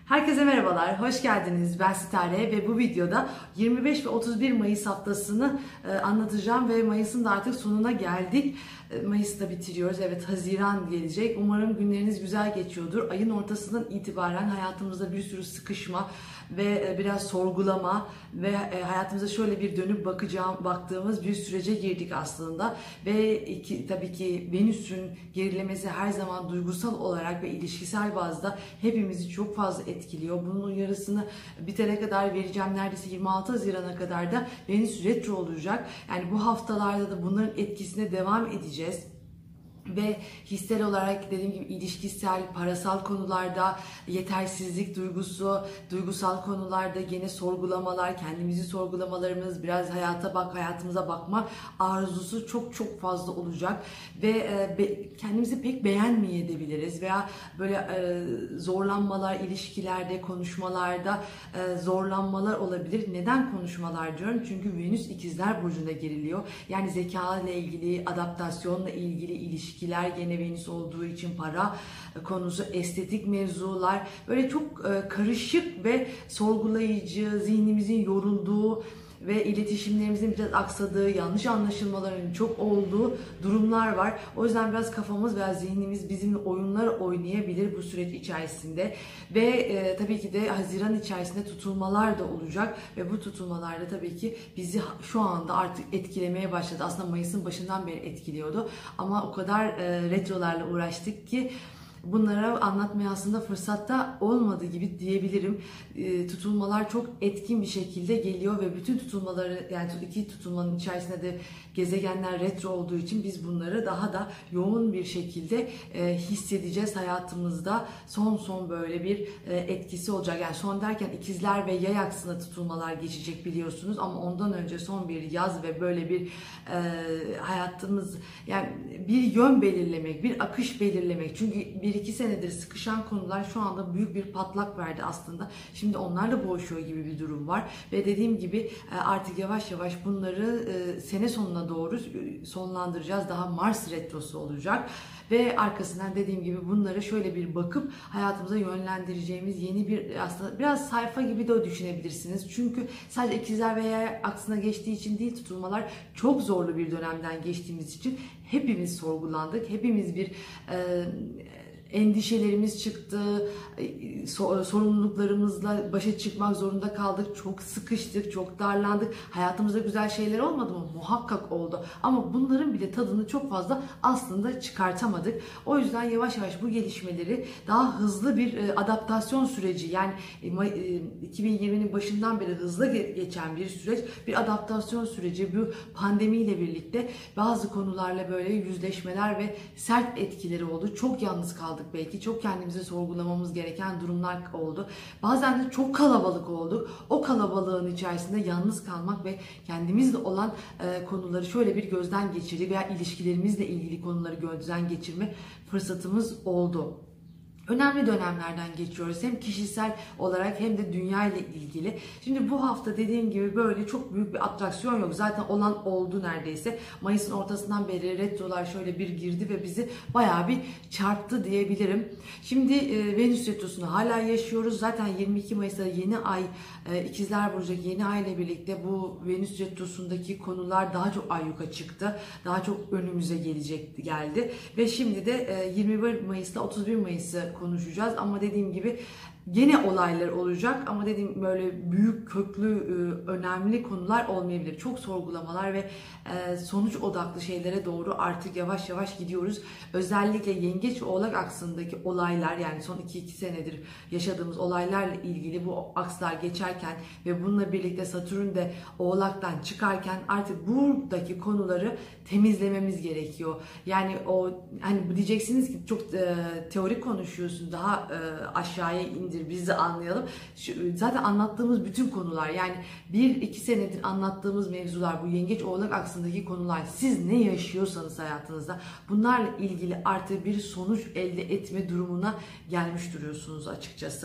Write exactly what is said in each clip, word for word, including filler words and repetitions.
Herkese merhabalar, hoş geldiniz. Ben Sitare ve bu videoda yirmi beş ve otuz bir Mayıs haftasını e, anlatacağım ve Mayıs'ın da artık sonuna geldik. E, Mayıs'ı da bitiriyoruz. Evet, Haziran gelecek. Umarım günleriniz güzel geçiyordur. Ayın ortasından itibaren hayatımızda bir sürü sıkışma ve e, biraz sorgulama ve e, hayatımıza şöyle bir dönüp bakacağım baktığımız bir sürece girdik aslında. Ve iki, tabii ki Venüs'ün gerilemesi her zaman duygusal olarak ve ilişkisel bazda hepimizi çok fazla etkiliyor. Bunun uyarısını bitene kadar vereceğim. Neredeyse yirmi altı Haziran'a kadar da Venüs retro olacak. Yani bu haftalarda da bunların etkisine devam edeceğiz. Ve hissel olarak dediğim gibi ilişkisel, parasal konularda yetersizlik duygusu, duygusal konularda gene sorgulamalar, kendimizi sorgulamalarımız, biraz hayata bak, hayatımıza bakma arzusu çok çok fazla olacak. Ve e, be, kendimizi pek beğenmeyebiliriz veya böyle e, zorlanmalar, ilişkilerde, konuşmalarda e, zorlanmalar olabilir. Neden konuşmalar diyorum? Çünkü Venüs İkizler Burcu'nda geriliyor. Yani zeka ile ilgili, adaptasyonla ilgili ilişki ilişkiler gene Venüs olduğu için para konusu, estetik mevzular böyle çok karışık ve sorgulayıcı, zihnimizin yorulduğu ve iletişimlerimizin biraz aksadığı, yanlış anlaşılmaların çok olduğu durumlar var. O yüzden biraz kafamız veya zihnimiz bizimle oyunlar oynayabilir bu süreç içerisinde. Ve e, tabii ki de Haziran içerisinde tutulmalar da olacak ve bu tutulmalarda tabii ki bizi şu anda artık etkilemeye başladı. Aslında Mayıs'ın başından beri etkiliyordu ama o kadar e, retrolarla uğraştık ki bunlara anlatmaya aslında fırsatta olmadı gibi diyebilirim. E, tutulmalar çok etkin bir şekilde geliyor ve bütün tutulmaları, yani iki tutulmanın içerisinde de gezegenler retro olduğu için biz bunları daha da yoğun bir şekilde e, hissedeceğiz hayatımızda. Son son böyle bir e, etkisi olacak. Yani son derken ikizler ve yay aksına tutulmalar geçecek biliyorsunuz ama ondan önce son bir yaz ve böyle bir e, hayatımız, yani bir yön belirlemek, bir akış belirlemek. Çünkü bir iki senedir sıkışan konular şu anda büyük bir patlak verdi aslında. Şimdi onlarla boğuşuyor gibi bir durum var ve dediğim gibi artık yavaş yavaş bunları sene sonuna doğru sonlandıracağız. Daha Mars retrosu olacak ve arkasından dediğim gibi bunlara şöyle bir bakıp hayatımıza yönlendireceğimiz yeni bir, aslında biraz sayfa gibi de düşünebilirsiniz. Çünkü sadece ikizler veya aksına geçtiği için değil, tutulmalar çok zorlu bir dönemden geçtiğimiz için hepimiz sorgulandık. Hepimiz bir e, endişelerimiz çıktı, sorumluluklarımızla başa çıkmak zorunda kaldık, çok sıkıştık, çok darlandık. Hayatımızda güzel şeyler olmadı mı? Muhakkak oldu. Ama bunların bile tadını çok fazla aslında çıkartamadık. O yüzden yavaş yavaş bu gelişmeleri daha hızlı bir adaptasyon süreci, yani iki bin yirminin başından beri hızlı geçen bir süreç, bir adaptasyon süreci. Bu pandemiyle birlikte bazı konularla böyle yüzleşmeler ve sert etkileri oldu. Çok yalnız kaldık belki. Çok kendimizi sorgulamamız gereken durumlar oldu. Bazen de çok kalabalık olduk. O kalabalığın içerisinde yalnız kalmak ve kendimizle olan e, konuları şöyle bir gözden geçirdik veya ilişkilerimizle ilgili konuları gözden geçirme fırsatımız oldu. Önemli dönemlerden geçiyoruz. Hem kişisel olarak hem de dünya ile ilgili. Şimdi bu hafta dediğim gibi böyle çok büyük bir atraksiyon yok. Zaten olan oldu neredeyse. Mayıs'ın ortasından beri retrolar şöyle bir girdi ve bizi bayağı bir çarptı diyebilirim. Şimdi e, Venüs retrosunu hala yaşıyoruz. Zaten yirmi iki Mayıs'ta yeni ay, e, İkizler Burcu yeni ay ile birlikte bu Venüs retrosundaki konular daha çok ayyuka çıktı. Daha çok önümüze gelecekti, geldi. Ve şimdi de e, yirmi bir Mayıs'ta otuz bir Mayıs'ı konuşacağız ama dediğim gibi gene olaylar olacak ama dediğim böyle büyük köklü önemli konular olmayabilir. Çok sorgulamalar ve sonuç odaklı şeylere doğru artık yavaş yavaş gidiyoruz. Özellikle Yengeç Oğlak aksındaki olaylar, yani son iki iki senedir yaşadığımız olaylarla ilgili bu akslar geçerken ve bununla birlikte Satürn de Oğlak'tan çıkarken artık buradaki konuları temizlememiz gerekiyor. Yani o, hani diyeceksiniz ki çok e, teorik konuşuyorsun, daha e, aşağıya indir bizi anlayalım. Şu, zaten anlattığımız bütün konular, yani bir iki senedir anlattığımız mevzular, bu Yengeç Oğlak aksındaki konular, siz ne yaşıyorsanız hayatınızda bunlarla ilgili artık bir sonuç elde etme durumuna gelmiş duruyorsunuz açıkçası.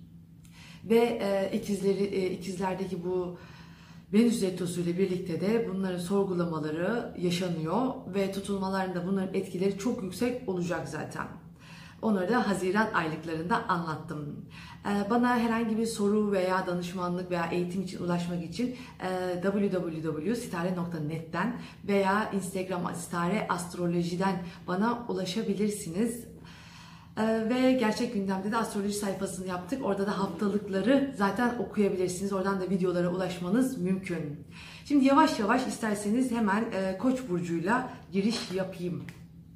Ve e, ikizleri e, ikizlerdeki bu Venüs retrosu ile birlikte de bunların sorgulamaları yaşanıyor ve tutulmalarında bunların etkileri çok yüksek olacak zaten. Onları da Haziran aylıklarında anlattım. Bana herhangi bir soru veya danışmanlık veya eğitim için ulaşmak için w w w nokta sitare nokta net'ten veya Instagram Sitare Astroloji'den bana ulaşabilirsiniz. Ve Gerçek Gündem'de de astroloji sayfasını yaptık. Orada da haftalıkları zaten okuyabilirsiniz. Oradan da videolara ulaşmanız mümkün. Şimdi yavaş yavaş isterseniz hemen Koç burcuyla giriş yapayım.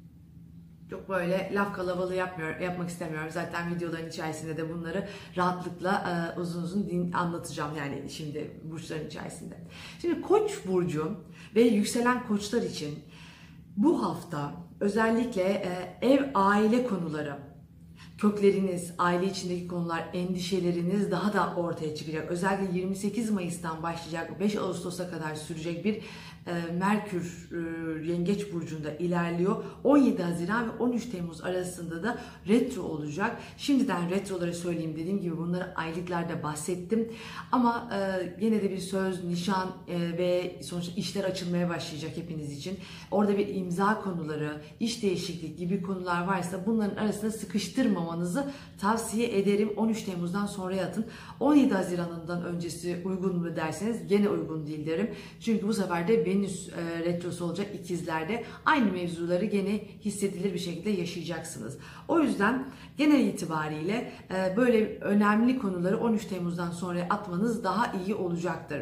Çok böyle laf kalabalığı yapmıyor, yapmak istemiyorum. Zaten videoların içerisinde de bunları rahatlıkla e, uzun uzun din, anlatacağım yani şimdi burçların içerisinde. Şimdi Koç burcu ve yükselen koçlar için bu hafta özellikle e, ev aile konuları, kökleriniz, aile içindeki konular, endişeleriniz daha da ortaya çıkacak. Özellikle yirmi sekiz Mayıs'tan başlayacak, beş Ağustos'a kadar sürecek bir e, Merkür e, Yengeç burcunda ilerliyor. on yedi Haziran ve on üç Temmuz arasında da retro olacak. Şimdiden retroları söyleyeyim, dediğim gibi bunları aylıklarda bahsettim. Ama e, yine de bir söz, nişan e, ve sonuçta işler açılmaya başlayacak hepiniz için. Orada bir imza konuları, iş değişiklik gibi konular varsa bunların arasında sıkıştırmamanızı tavsiye ederim. on üç Temmuz'dan sonraya atın. on yedi Haziran'ından öncesi uygun mu derseniz gene uygun değil derim. Çünkü bu sefer de Venüs e, retrosu olacak ikizlerde. Aynı mevzuları gene hissedilir bir şekilde yaşayacaksınız. O yüzden genel itibariyle e, böyle önemli konuları on üç Temmuz'dan sonra atmanız daha iyi olacaktır.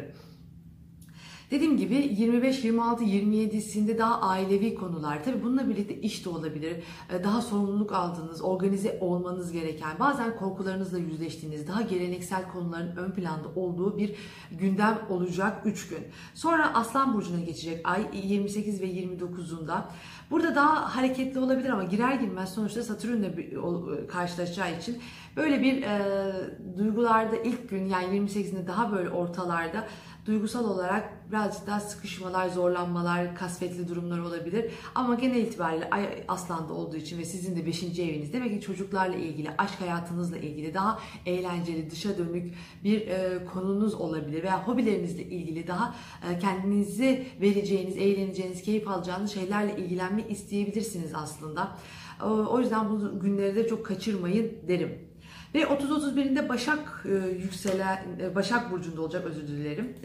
Dediğim gibi yirmi beş, yirmi altı, yirmi yedisinde daha ailevi konular. Tabii bununla birlikte iş de olabilir. Daha sorumluluk aldığınız, organize olmanız gereken, bazen korkularınızla yüzleştiğiniz, daha geleneksel konuların ön planda olduğu bir gündem olacak üç gün. Sonra Aslan burcuna geçecek ay yirmi sekiz ve yirmi dokuzunda. Burada daha hareketli olabilir ama girer girmez sonuçta Satürn'le karşılaşacağı için böyle bir e, duygularda ilk gün, yani yirmi sekizinde daha böyle ortalarda duygusal olarak birazcık daha sıkışmalar, zorlanmalar, kasvetli durumlar olabilir. Ama genel itibariyle Ay Aslan'da olduğu için ve sizin de beşinci eviniz, demek ki çocuklarla ilgili, aşk hayatınızla ilgili daha eğlenceli, dışa dönük bir e, konunuz olabilir veya hobilerinizle ilgili daha e, kendinizi vereceğiniz, eğleneceğiniz, keyif alacağınız şeylerle ilgilenmek isteyebilirsiniz aslında. O, o yüzden bu günleri de çok kaçırmayın derim. Ve otuz otuz birinde Başak e, yükselen e, Başak burcunda olacak, özür dilerim.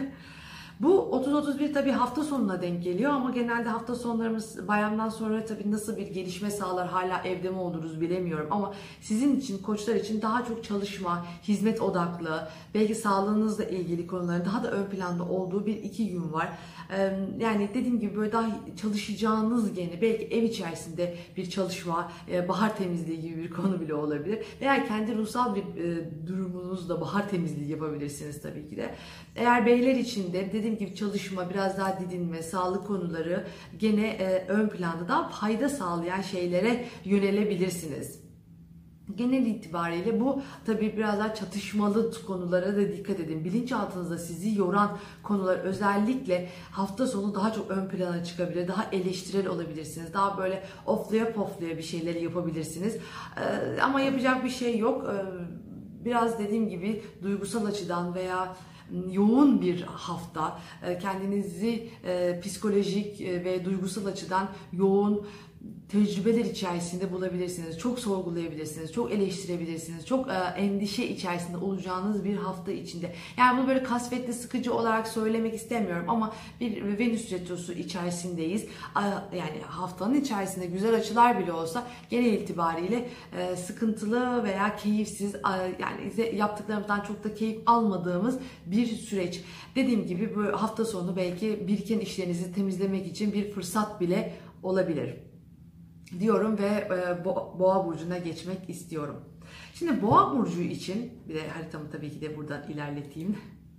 Bu otuz otuz bir tabii hafta sonuna denk geliyor ama genelde hafta sonlarımız bayramdan sonra tabii nasıl bir gelişme sağlar, hala evde mi oluruz bilemiyorum. Ama sizin için, koçlar için daha çok çalışma, hizmet odaklı, belki sağlığınızla ilgili konuların daha da ön planda olduğu bir iki gün var. Yani dediğim gibi böyle daha çalışacağınız, gene belki ev içerisinde bir çalışma, bahar temizliği gibi bir konu bile olabilir. Veya kendi ruhsal bir durumunuzda bahar temizliği yapabilirsiniz tabii ki de. Eğer beyler için de dediğim gibi çalışma, biraz daha didinme, sağlık konuları gene ön planda, daha fayda sağlayan şeylere yönelebilirsiniz. Genel itibariyle bu tabii biraz daha çatışmalı konulara da dikkat edin. Bilinçaltınızda sizi yoran konular özellikle hafta sonu daha çok ön plana çıkabilir. Daha eleştirel olabilirsiniz. Daha böyle oflaya poflaya bir şeyleri yapabilirsiniz. Ee, ama yapacak bir şey yok. Ee, biraz dediğim gibi duygusal açıdan veya yoğun bir hafta, kendinizi e, psikolojik ve duygusal açıdan yoğun tecrübeler içerisinde bulabilirsiniz. Çok sorgulayabilirsiniz, çok eleştirebilirsiniz, çok e, endişe içerisinde olacağınız bir hafta içinde. Yani bunu böyle kasvetli, sıkıcı olarak söylemek istemiyorum ama bir Venüs retrosu içerisindeyiz. Yani haftanın içerisinde güzel açılar bile olsa genel itibariyle e, sıkıntılı veya keyifsiz, yani yaptıklarımızdan çok da keyif almadığımız bir süreç. Dediğim gibi bu hafta sonu belki biriken işlerinizi temizlemek için bir fırsat bile olabilir diyorum ve Boğa burcuna geçmek istiyorum. Şimdi Boğa burcu için bir de haritamı tabii ki de buradan ilerleteyim.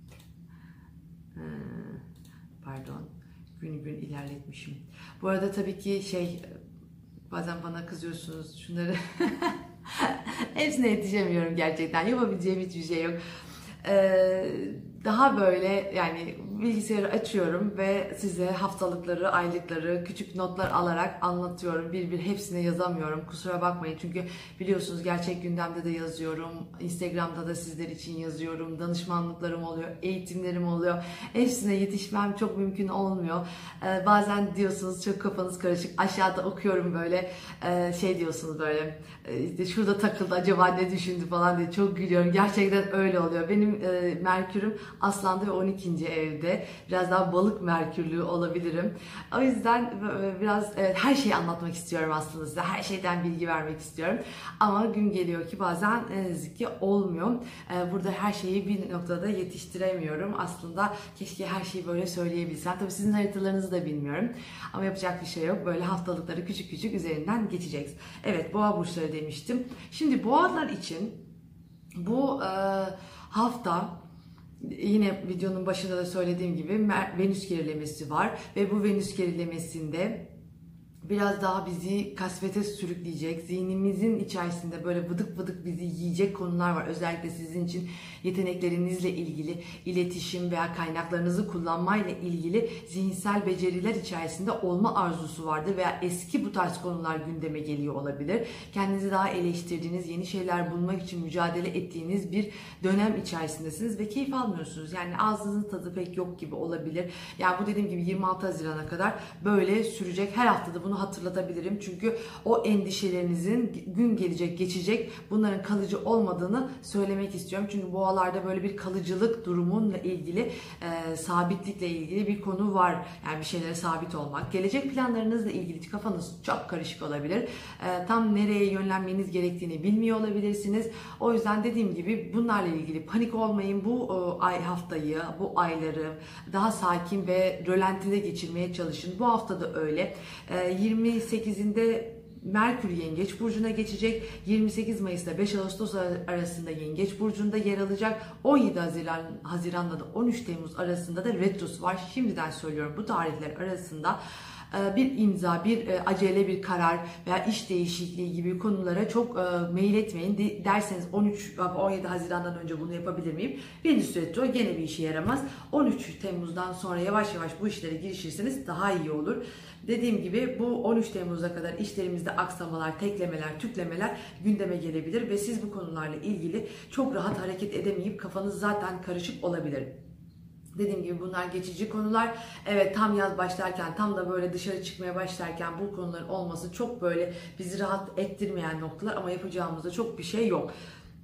Pardon, gün gün ilerletmişim. Bu arada tabii ki şey, bazen bana kızıyorsunuz şunları. Hepsine yetişemiyorum gerçekten. Yapabileceğim hiçbir şey yok. Ee, daha böyle yani bilgisayarı açıyorum ve size haftalıkları, aylıkları, küçük notlar alarak anlatıyorum. Bir bir hepsine yazamıyorum. Kusura bakmayın çünkü biliyorsunuz gerçek gündemde de yazıyorum. Instagram'da da sizler için yazıyorum. Danışmanlıklarım oluyor, eğitimlerim oluyor. Hepsine yetişmem çok mümkün olmuyor. Ee, bazen diyorsunuz çok kafanız karışık. Aşağıda okuyorum böyle e, şey diyorsunuz böyle e, işte şurada takıldı acaba ne düşündü falan diye çok gülüyorum. Gerçekten öyle oluyor. Benim e, Merkür'üm Aslan'da ve on ikinci evde. Biraz daha balık merkürlüğü olabilirim. O yüzden biraz evet, her şeyi anlatmak istiyorum aslında size. Her şeyden bilgi vermek istiyorum. Ama gün geliyor ki bazen ne yazık ki olmuyor. Burada her şeyi bir noktada yetiştiremiyorum. Aslında keşke her şeyi böyle söyleyebilsem. Tabii sizin haritalarınızı da bilmiyorum. Ama yapacak bir şey yok. Böyle haftalıkları küçük küçük üzerinden geçeceğiz. Evet, boğa burçları demiştim. Şimdi boğalar için bu e, hafta yine videonun başında da söylediğim gibi Venüs gerilemesi var ve bu Venüs gerilemesinde biraz daha bizi kasvete sürükleyecek, zihnimizin içerisinde böyle vıdık vıdık bizi yiyecek konular var. Özellikle sizin için yeteneklerinizle ilgili, iletişim veya kaynaklarınızı kullanmayla ilgili zihinsel beceriler içerisinde olma arzusu vardır veya eski bu tarz konular gündeme geliyor olabilir. Kendinizi daha eleştirdiğiniz, yeni şeyler bulmak için mücadele ettiğiniz bir dönem içerisindesiniz ve keyif almıyorsunuz. Yani ağzınızın tadı pek yok gibi olabilir. Yani bu dediğim gibi yirmi altı Haziran'a kadar böyle sürecek. Her haftada bunu hatırlatabilirim. Çünkü o endişelerinizin gün gelecek, geçecek, bunların kalıcı olmadığını söylemek istiyorum. Çünkü boğalarda böyle bir kalıcılık durumunla ilgili, e, sabitlikle ilgili bir konu var. Yani bir şeylere sabit olmak. Gelecek planlarınızla ilgili kafanız çok karışık olabilir. E, tam nereye yönlenmeniz gerektiğini bilmiyor olabilirsiniz. O yüzden dediğim gibi bunlarla ilgili panik olmayın. Bu e, ay haftayı, bu ayları daha sakin ve rölantide geçirmeye çalışın. Bu hafta da öyle. E, yirmi sekizinde Merkür Yengeç Burcu'na geçecek. yirmi sekiz Mayıs'ta beş Ağustos arasında Yengeç Burcu'nda yer alacak. on yedi Haziran, Haziran'da da on üç Temmuz arasında da Retrosu var. Şimdiden söylüyorum, bu tarihler arasında bir imza, bir acele bir karar veya iş değişikliği gibi konulara çok meyil etmeyin. Derseniz on üç on yedi Haziran'dan önce bunu yapabilir miyim? Venüs retro gene bir işe yaramaz. on üç Temmuz'dan sonra yavaş yavaş bu işlere girişirseniz daha iyi olur. Dediğim gibi bu on üç Temmuz'a kadar işlerimizde aksamalar, teklemeler, tüklemeler gündeme gelebilir ve siz bu konularla ilgili çok rahat hareket edemeyip kafanız zaten karışık olabilir. Dediğim gibi bunlar geçici konular. Evet, tam yaz başlarken, tam da böyle dışarı çıkmaya başlarken bu konuların olması çok böyle bizi rahat ettirmeyen noktalar ama yapacağımızda çok bir şey yok.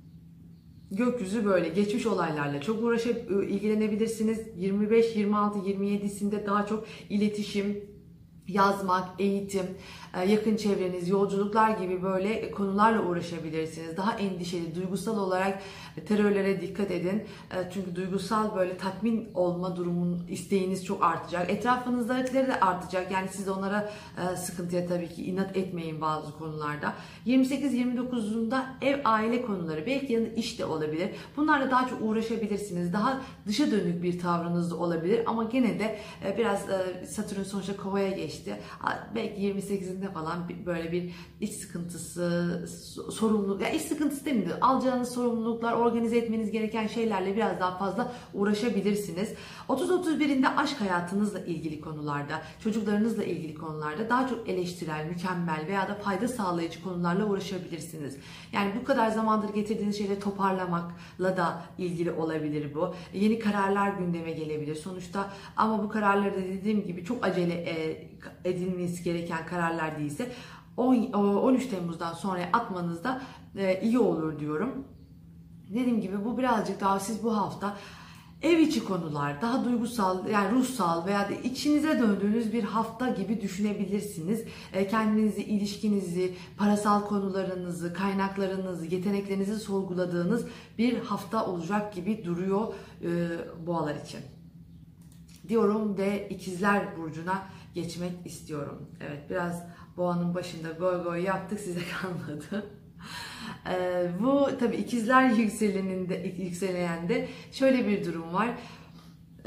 Gökyüzü böyle geçmiş olaylarla çok uğraşıp ilgilenebilirsiniz. yirmi beş, yirmi altı, yirmi yedisinde daha çok iletişim, yazmak, eğitim, yakın çevreniz, yolculuklar gibi böyle konularla uğraşabilirsiniz. Daha endişeli, duygusal olarak terörlere dikkat edin. Çünkü duygusal böyle tatmin olma durumun, isteğiniz çok artacak. Etrafınızdakileri de artacak. Yani siz onlara sıkıntıya tabii ki inat etmeyin bazı konularda. yirmi sekiz yirmi dokuzunda ev, aile konuları, belki yanında iş de olabilir. Bunlarla daha çok uğraşabilirsiniz. Daha dışa dönük bir tavrınız da olabilir. Ama gene de biraz Satürn sonuçta Kova'ya geçti. Belki yirmi sekizinde falan böyle bir iş sıkıntısı, sorumluluk, ya iş sıkıntısı demeyeyim de alacağınız sorumluluklar, organize etmeniz gereken şeylerle biraz daha fazla uğraşabilirsiniz. otuz otuz birinde aşk hayatınızla ilgili konularda, çocuklarınızla ilgili konularda daha çok eleştirel, mükemmel veya da fayda sağlayıcı konularla uğraşabilirsiniz. Yani bu kadar zamandır getirdiğiniz şeyleri toparlamakla da ilgili olabilir bu. Yeni kararlar gündeme gelebilir sonuçta, ama bu kararları da dediğim gibi çok acele edilmesi gereken kararlar değilse on üç Temmuz'dan sonra atmanız da iyi olur diyorum. Dediğim gibi bu birazcık daha siz bu hafta ev içi konular, daha duygusal, yani ruhsal veya da içinize döndüğünüz bir hafta gibi düşünebilirsiniz. Kendinizi, ilişkinizi, parasal konularınızı, kaynaklarınızı, yeteneklerinizi sorguladığınız bir hafta olacak gibi duruyor boğalar için diyorum ve ikizler burcuna geçmek istiyorum. Evet, biraz boğanın başında goy goy yaptık, size kalmadı. Ee, bu tabii ikizler yükseleninde, yükseleninde şöyle bir durum var.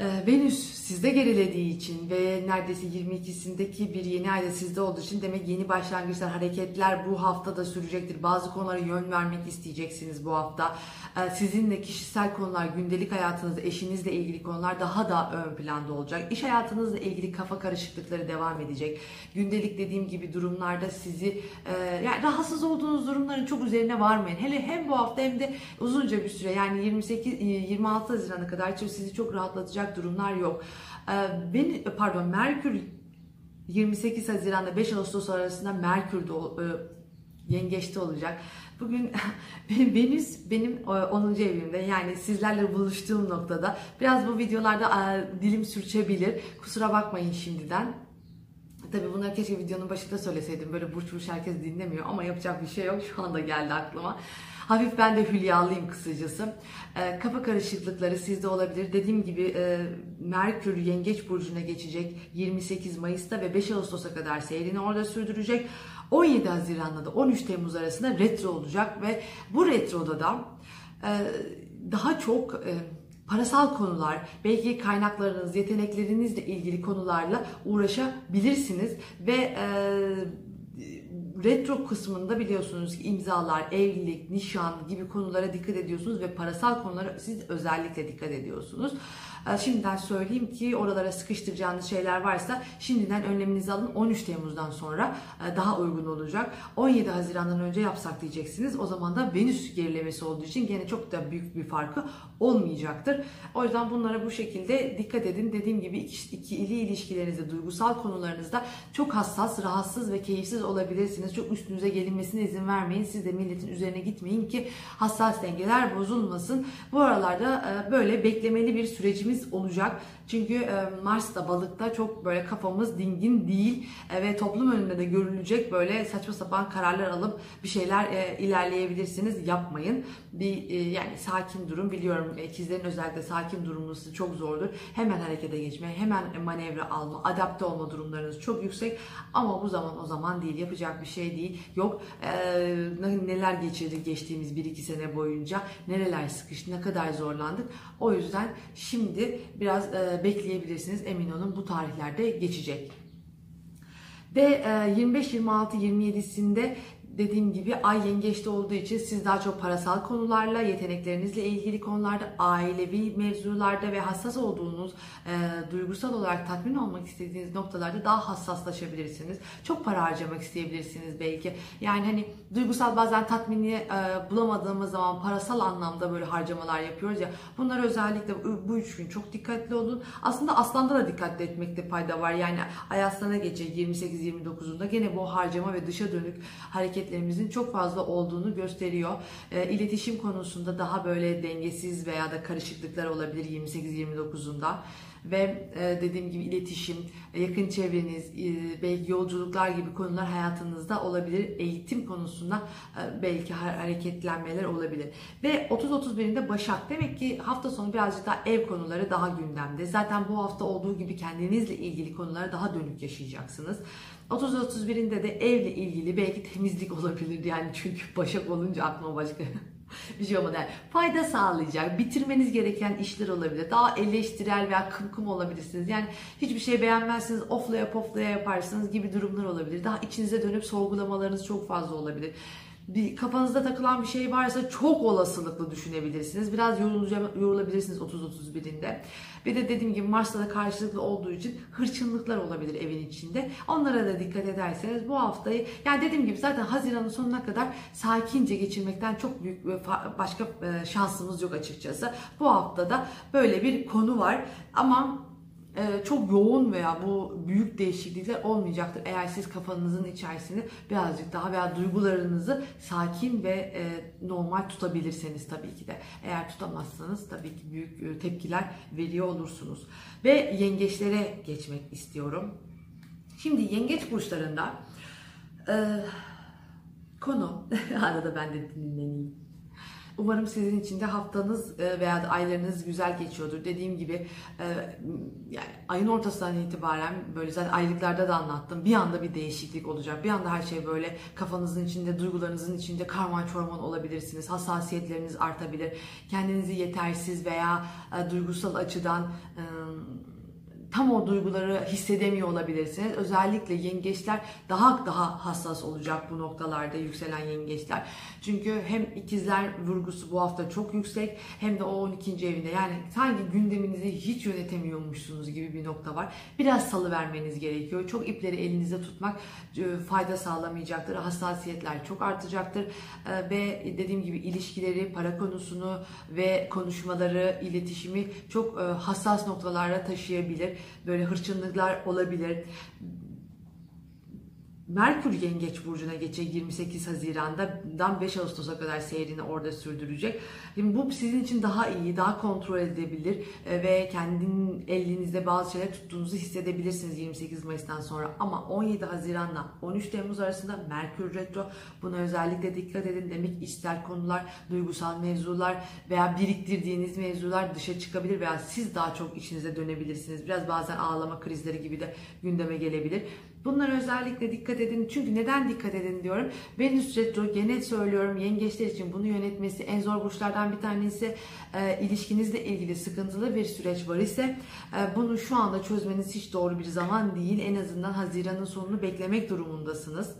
Venüs sizde gerilediği için ve neredeyse yirmi ikisindeki bir yeni ayda sizde olduğu için demek yeni başlangıçlar, hareketler bu hafta da sürecektir. Bazı konulara yön vermek isteyeceksiniz bu hafta. Sizinle kişisel konular, gündelik hayatınızda, eşinizle ilgili konular daha da ön planda olacak. İş hayatınızla ilgili kafa karışıklıkları devam edecek. Gündelik dediğim gibi durumlarda sizi yani rahatsız olduğunuz durumların çok üzerine varmayın. Hele hem bu hafta hem de uzunca bir süre yani yirmi sekiz yirmi altı Haziran'a kadar sizi çok rahatlatacak durumlar yok. Ben pardon Merkür yirmi sekiz Haziran'da beş Ağustos arasında Merkür'de Yengeç'te olacak. Bugün benim Venüs benim onuncu evimde, yani sizlerle buluştuğum noktada. Biraz bu videolarda dilim sürçebilir. Kusura bakmayın şimdiden. Tabii bunları keşke videonun başında söyleseydim. Böyle burç burç herkes dinlemiyor ama yapacak bir şey yok. Şu anda geldi aklıma. Hafif ben de hülyalıyım kısacası. E, kafa karışıklıkları sizde olabilir. Dediğim gibi e, Merkür Yengeç Burcu'na geçecek yirmi sekiz Mayıs'ta ve beş Ağustos'a kadar seyrini orada sürdürecek. on yedi Haziran'da da on üç Temmuz arasında retro olacak ve bu retroda da e, daha çok e, parasal konular, belki kaynaklarınız, yeteneklerinizle ilgili konularla uğraşabilirsiniz ve e, retro kısmında biliyorsunuz ki imzalar, evlilik, nişan gibi konulara dikkat ediyorsunuz ve parasal konulara siz özellikle dikkat ediyorsunuz. Şimdiden söyleyeyim ki oralara sıkıştıracağınız şeyler varsa şimdiden önleminizi alın. on üç Temmuz'dan sonra daha uygun olacak. on yedi Haziran'dan önce yapsak diyeceksiniz. O zaman da Venüs gerilemesi olduğu için gene çok da büyük bir farkı olmayacaktır. O yüzden bunlara bu şekilde dikkat edin. Dediğim gibi ikili ilişkilerinizde, duygusal konularınızda çok hassas, rahatsız ve keyifsiz olabilirsiniz. Çok üstünüze gelinmesine izin vermeyin. Siz de milletin üzerine gitmeyin ki hassas dengeler bozulmasın. Bu aralarda böyle beklemeli bir sürecimiz olacak. Çünkü Mars da balıkta çok böyle kafamız dingin değil ve toplum önünde de görülecek böyle saçma sapan kararlar alıp bir şeyler ilerleyebilirsiniz. Yapmayın. Bir yani sakin durun. Biliyorum ikizlerin özellikle sakin durması çok zordur. Hemen harekete geçme, hemen manevra alma, adapte olma durumlarınız çok yüksek. Ama bu zaman o zaman değil. Yapacak bir şey değil. Yok. Neler geçirdik geçtiğimiz bir iki sene boyunca. Nereler sıkıştı, ne kadar zorlandık. O yüzden şimdi biraz bekleyebilirsiniz. Emin olun bu tarihlerde geçecek. Ve yirmi beş, yirmi altı, yirmi yedisinde dediğim gibi Ay Yengeç'te olduğu için siz daha çok parasal konularla, yeteneklerinizle ilgili konularda, ailevi mevzularda ve hassas olduğunuz, e, duygusal olarak tatmin olmak istediğiniz noktalarda daha hassaslaşabilirsiniz. Çok para harcamak isteyebilirsiniz belki. Yani hani duygusal bazen tatmini e, bulamadığımız zaman parasal anlamda böyle harcamalar yapıyoruz ya. Bunlar özellikle bu üç gün çok dikkatli olun. Aslında Aslan'da da dikkatli etmekte fayda var. Yani Ay Aslan'a geçecek yirmi sekiz yirmi dokuzunda gene bu harcama ve dışa dönük hareket hareketlerimizin çok fazla olduğunu gösteriyor. E, iletişim konusunda daha böyle dengesiz veya da karışıklıklar olabilir yirmi sekiz yirmi dokuzunda. Ve e, dediğim gibi iletişim, yakın çevreniz, e, belki yolculuklar gibi konular hayatınızda olabilir. Eğitim konusunda e, belki hareketlenmeler olabilir. Ve otuz otuz birinde Başak. Demek ki hafta sonu birazcık daha ev konuları daha gündemde. Zaten bu hafta olduğu gibi kendinizle ilgili konulara daha dönük yaşayacaksınız. otuz otuz birinde de evle ilgili belki temizlik olabilir. Yani çünkü Başak olunca aklıma başka bir şey olmadı. Yani fayda sağlayacak, bitirmeniz gereken işler olabilir. Daha eleştirel veya kımkım olabilirsiniz. Yani hiçbir şey beğenmezsiniz, oflaya poflaya yaparsınız gibi durumlar olabilir. Daha içinize dönüp sorgulamalarınız çok fazla olabilir. Bir kafanızda takılan bir şey varsa çok olasılıklı düşünebilirsiniz. Biraz yorulabilirsiniz otuz otuz birinde. Bir de dediğim gibi Mars'ta da karşılıklı olduğu için hırçınlıklar olabilir evin içinde. Onlara da dikkat ederseniz bu haftayı, yani dediğim gibi zaten Haziran'ın sonuna kadar sakince geçirmekten çok büyük başka şansımız yok açıkçası. Bu haftada böyle bir konu var ama çok yoğun veya bu büyük değişiklikler olmayacaktır. Eğer siz kafanızın içerisinde birazcık daha veya duygularınızı sakin ve normal tutabilirseniz tabii ki de. Eğer tutamazsanız tabii ki büyük tepkiler veriyor olursunuz. Ve yengeçlere geçmek istiyorum. Şimdi yengeç burçlarında e, konu arada ben de dinleneyim. Umarım sizin için de haftanız veya aylarınız güzel geçiyordur. Dediğim gibi yani ayın ortasından itibaren böyle zaten aylıklarda da anlattım. Bir anda bir değişiklik olacak. Bir anda her şey böyle kafanızın içinde, duygularınızın içinde karman çorman olabilirsiniz. Hassasiyetleriniz artabilir. Kendinizi yetersiz veya duygusal açıdan tam o duyguları hissedemiyor olabilirsiniz. Özellikle yengeçler daha daha hassas olacak bu noktalarda, yükselen yengeçler. Çünkü hem ikizler vurgusu bu hafta çok yüksek, hem de o on ikinci evinde, yani sanki gündeminizi hiç yönetemiyormuşsunuz gibi bir nokta var. Biraz salıvermeniz gerekiyor. Çok ipleri elinizde tutmak fayda sağlamayacaktır. Hassasiyetler çok artacaktır. Ve dediğim gibi ilişkileri, para konusunu ve konuşmaları, iletişimi çok hassas noktalara taşıyabilir. Böyle hırçınlıklar olabilir. Merkür Yengeç burcuna geçecek yirmi sekiz Haziran'dan beş Ağustos'a kadar seyrini orada sürdürecek. Şimdi bu sizin için daha iyi, daha kontrol edilebilir ve kendinin elinizde bazı şeyler tuttuğunuzu hissedebilirsiniz yirmi sekiz Mayıs'tan sonra. Ama on yedi Haziran'la on üç Temmuz arasında Merkür Retro. Buna özellikle dikkat edin. Demek içsel konular, duygusal mevzular veya biriktirdiğiniz mevzular dışa çıkabilir veya siz daha çok içinize dönebilirsiniz. Biraz bazen ağlama krizleri gibi de gündeme gelebilir. Bunlara özellikle dikkat edin. Çünkü neden dikkat edin diyorum? Venüs Retro, gene söylüyorum, yengeçler için bunu yönetmesi en zor burçlardan bir tanesi. E, ilişkinizle ilgili sıkıntılı bir süreç var ise e, bunu şu anda çözmeniz hiç doğru bir zaman değil. En azından Haziran'ın sonunu beklemek durumundasınız.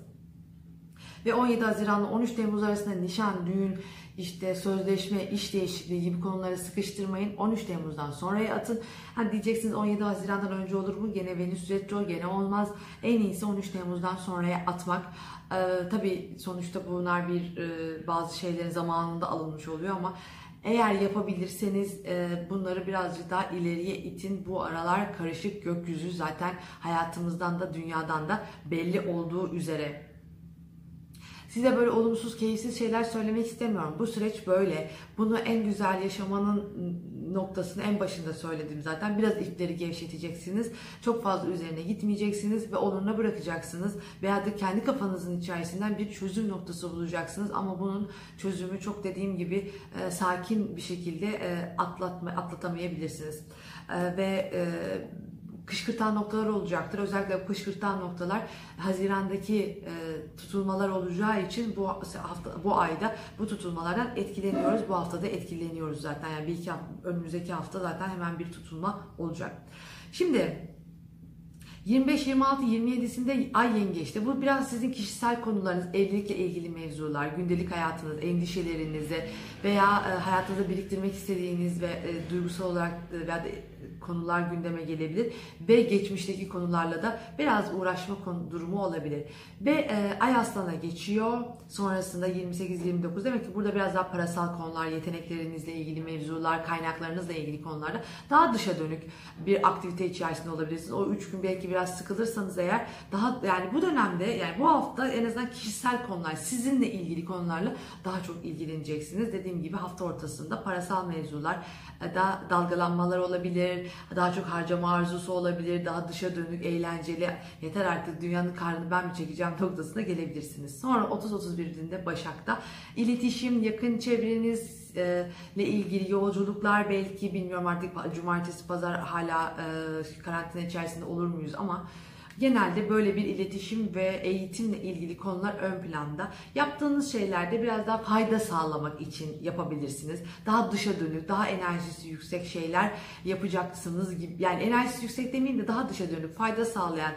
Ve on yedi Haziran'la on üç Temmuz arasında nişan, düğün, işte sözleşme, iş değişikliği gibi konuları sıkıştırmayın. on üç Temmuz'dan sonraya atın. Hani diyeceksiniz on yedi Haziran'dan önce olur mu? Gene Venüs Retro, gene olmaz. En iyisi on üç Temmuz'dan sonraya atmak. Ee, tabii sonuçta bunlar bir e, bazı şeylerin zamanında alınmış oluyor ama eğer yapabilirseniz e, bunları birazcık daha ileriye itin. Bu aralar karışık gökyüzü zaten hayatımızdan da dünyadan da belli olduğu üzere. Size böyle olumsuz, keyifsiz şeyler söylemek istemiyorum. Bu süreç böyle. Bunu en güzel yaşamanın noktasını en başında söyledim zaten. Biraz ipleri gevşeteceksiniz. Çok fazla üzerine gitmeyeceksiniz ve oluruna bırakacaksınız. Veya da kendi kafanızın içerisinden bir çözüm noktası bulacaksınız. Ama bunun çözümü çok, dediğim gibi, e, sakin bir şekilde e, atlatma, atlatamayabilirsiniz. E, ve e, kışkırtan noktalar olacaktır. Özellikle bu kışkırtan noktalar Haziran'daki e, tutulmalar olacağı için bu hafta, bu ayda bu tutulmalardan etkileniyoruz. Bu haftada etkileniyoruz zaten. Yani bir iki hafta, önümüzdeki hafta zaten hemen bir tutulma olacak. Şimdi yirmi beş, yirmi altı, yirmi yedisinde Ay Yengeç'te. Bu biraz sizin kişisel konularınız, evlilikle ilgili mevzular, gündelik hayatınız, endişelerinizi veya e, hayatınızda biriktirmek istediğiniz ve e, duygusal olarak e, veya da konular gündeme gelebilir ve geçmişteki konularla da biraz uğraşma konu, durumu olabilir. Ve e, Ay Aslan'a geçiyor. Sonrasında yirmi sekiz yirmi dokuz, demek ki burada biraz daha parasal konular, yeteneklerinizle ilgili mevzular, kaynaklarınızla ilgili konularda daha dışa dönük bir aktivite içerisinde olabilirsiniz. O üç gün belki biraz sıkılırsanız eğer, daha yani bu dönemde, yani bu hafta en azından kişisel konular, sizinle ilgili konularla daha çok ilgileneceksiniz. Dediğim gibi hafta ortasında parasal mevzular, daha dalgalanmalar olabilir, daha çok harcama arzusu olabilir, daha dışa dönük, eğlenceli, yeter artık dünyanın karnını ben mi çekeceğim noktasına gelebilirsiniz. Sonra otuz otuz birinde Başak'ta iletişim, yakın çevrenizle ilgili yolculuklar, belki bilmiyorum artık cumartesi pazar hala e, karantina içerisinde olur muyuz ama genelde böyle bir iletişim ve eğitimle ilgili konular ön planda. Yaptığınız şeylerde biraz daha fayda sağlamak için yapabilirsiniz. Daha dışa dönük, daha enerjisi yüksek şeyler yapacaksınız gibi. Yani enerjisi yüksek demeyeyim de daha dışa dönük, fayda sağlayan,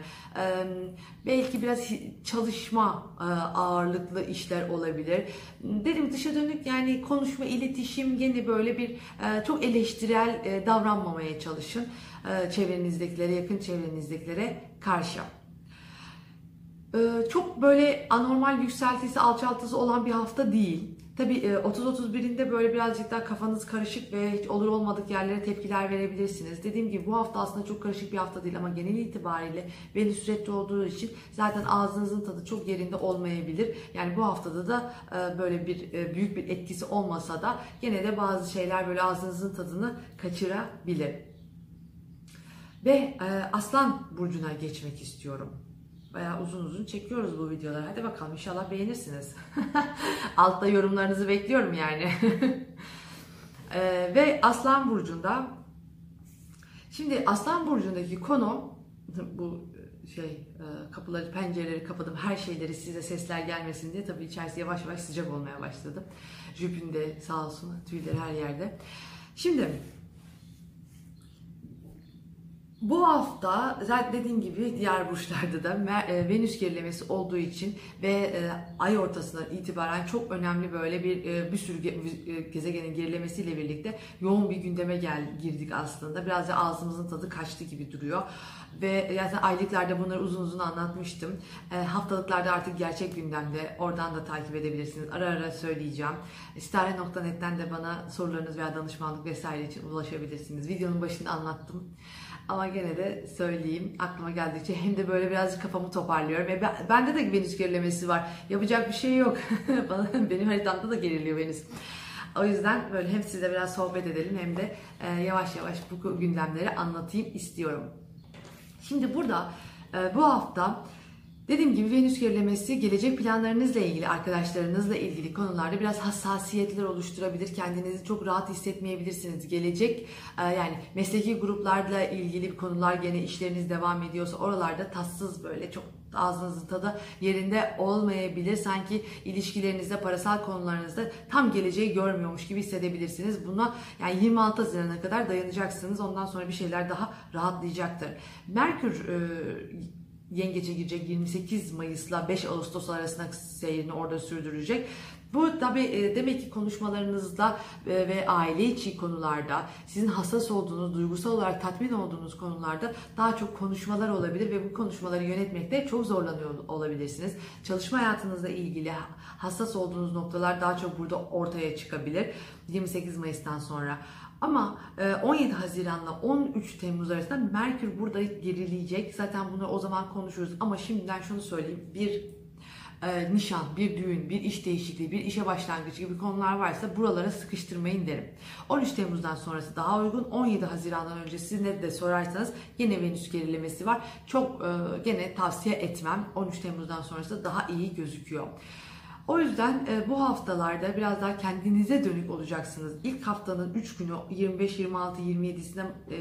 belki biraz çalışma ağırlıklı işler olabilir. Dedim dışa dönük, yani konuşma, iletişim, gene böyle bir çok eleştirel davranmamaya çalışın. Çevrenizdekilere, yakın çevrenizdekilere karşı. Çok böyle anormal yükseltisi, alçaltısı olan bir hafta değil. Tabii otuz otuz birinde böyle birazcık daha kafanız karışık ve hiç olur olmadık yerlere tepkiler verebilirsiniz. Dediğim gibi bu hafta aslında çok karışık bir hafta değil ama genel itibariyle Venüs retro olduğu için zaten ağzınızın tadı çok yerinde olmayabilir. Yani bu haftada da böyle bir büyük bir etkisi olmasa da gene de bazı şeyler böyle ağzınızın tadını kaçırabilir. Ve e, Aslan Burcu'na geçmek istiyorum. Bayağı uzun uzun çekiyoruz bu videoları. Hadi bakalım, inşallah beğenirsiniz. Altta yorumlarınızı bekliyorum yani. e, ve Aslan Burcu'nda, şimdi Aslan Burcu'ndaki konu, bu şey e, kapıları, pencereleri kapadım, her şeyleri, size sesler gelmesin diye tabii içerisi yavaş yavaş sıcak olmaya başladı. Jüpin de sağ olsun, tüyleri her yerde. Şimdi Bu hafta zaten dediğim gibi diğer burçlarda da Venüs gerilemesi olduğu için ve ay ortasından itibaren çok önemli böyle bir bir sürü gezegenin gerilemesiyle birlikte yoğun bir gündeme gel girdik aslında. Biraz da ağzımızın tadı kaçtı gibi duruyor. Ve zaten aylıklarda bunları uzun uzun anlatmıştım. Haftalıklarda artık gerçek gündemde. Oradan da takip edebilirsiniz. Ara ara söyleyeceğim. Sitare nokta net'ten de bana sorularınız veya danışmanlık vesaire için ulaşabilirsiniz. Videonun başında anlattım. Ama gene de söyleyeyim, aklıma geldikçe hem de böyle birazcık kafamı toparlıyorum. Ve ben, bende de Venüs gerilemesi var. Yapacak bir şey yok. Bana, benim haritamda da geriliyor Venüs. O yüzden böyle hem sizle biraz sohbet edelim hem de e, yavaş yavaş bu gündemleri anlatayım istiyorum. Şimdi burada e, bu hafta dediğim gibi Venüs gerilemesi gelecek planlarınızla ilgili, arkadaşlarınızla ilgili konularda biraz hassasiyetler oluşturabilir. Kendinizi çok rahat hissetmeyebilirsiniz. Gelecek yani mesleki gruplarla ilgili konular, gene işleriniz devam ediyorsa oralarda tatsız, böyle çok ağzınızın tadı yerinde olmayabilir. Sanki ilişkilerinizde, parasal konularınızda tam geleceği görmüyormuş gibi hissedebilirsiniz. Buna yani yirmi altı Haziran'a kadar dayanacaksınız. Ondan sonra bir şeyler daha rahatlayacaktır. Merkür e, Yengeç'e girecek, yirmi sekiz Mayıs'la beş Ağustos arasında seyrini orada sürdürecek. Bu tabii e, demek ki konuşmalarınızda e, ve aile içi konularda, sizin hassas olduğunuz, duygusal olarak tatmin olduğunuz konularda daha çok konuşmalar olabilir ve bu konuşmaları yönetmekte çok zorlanıyor olabilirsiniz. Çalışma hayatınızla ilgili hassas olduğunuz noktalar daha çok burada ortaya çıkabilir yirmi sekiz Mayıs'tan sonra. Ama on yedi Haziran'la on üç Temmuz arasında Merkür burada gerileyecek. Zaten bunu o zaman konuşuruz. Ama şimdiden şunu söyleyeyim. Bir e, nişan, bir düğün, bir iş değişikliği, bir işe başlangıcı gibi konular varsa buralara sıkıştırmayın derim. on üç Temmuz'dan sonrası daha uygun. on yedi Haziran'dan önce siz ne de sorarsanız yine Venüs gerilemesi var. Çok e, gene tavsiye etmem. on üç Temmuz'dan sonrası daha iyi gözüküyor. O yüzden e, bu haftalarda biraz daha kendinize dönük olacaksınız. İlk haftanın üç günü yirmi beş, yirmi altı, yirmi yedisinde e,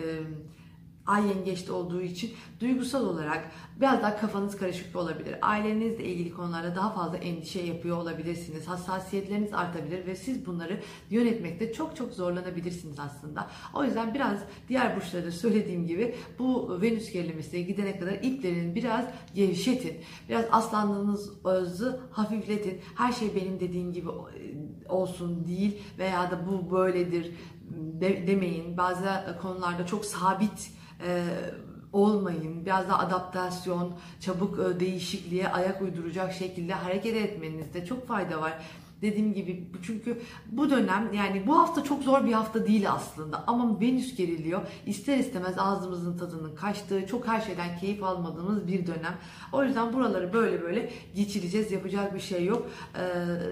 Ay yengeçte olduğu için duygusal olarak biraz daha kafanız karışık olabilir. Ailenizle ilgili konularda daha fazla endişe yapıyor olabilirsiniz. Hassasiyetleriniz artabilir ve siz bunları yönetmekte çok çok zorlanabilirsiniz aslında. O yüzden biraz diğer burçlarda söylediğim gibi bu Venüs gerilemesine gidene kadar iplerini biraz gevşetin. Biraz aslandığınızı hafifletin. Her şey benim dediğim gibi olsun değil veya da bu böyledir de, demeyin. Bazı konularda çok sabit e, olmayın. Biraz da adaptasyon, çabuk e, değişikliğe ayak uyduracak şekilde hareket etmenizde çok fayda var. Dediğim gibi çünkü bu dönem, yani bu hafta çok zor bir hafta değil aslında ama Venüs geriliyor. İster istemez ağzımızın tadının kaçtığı, çok her şeyden keyif almadığımız bir dönem. O yüzden buraları böyle böyle geçireceğiz. Yapacak bir şey yok. Ee,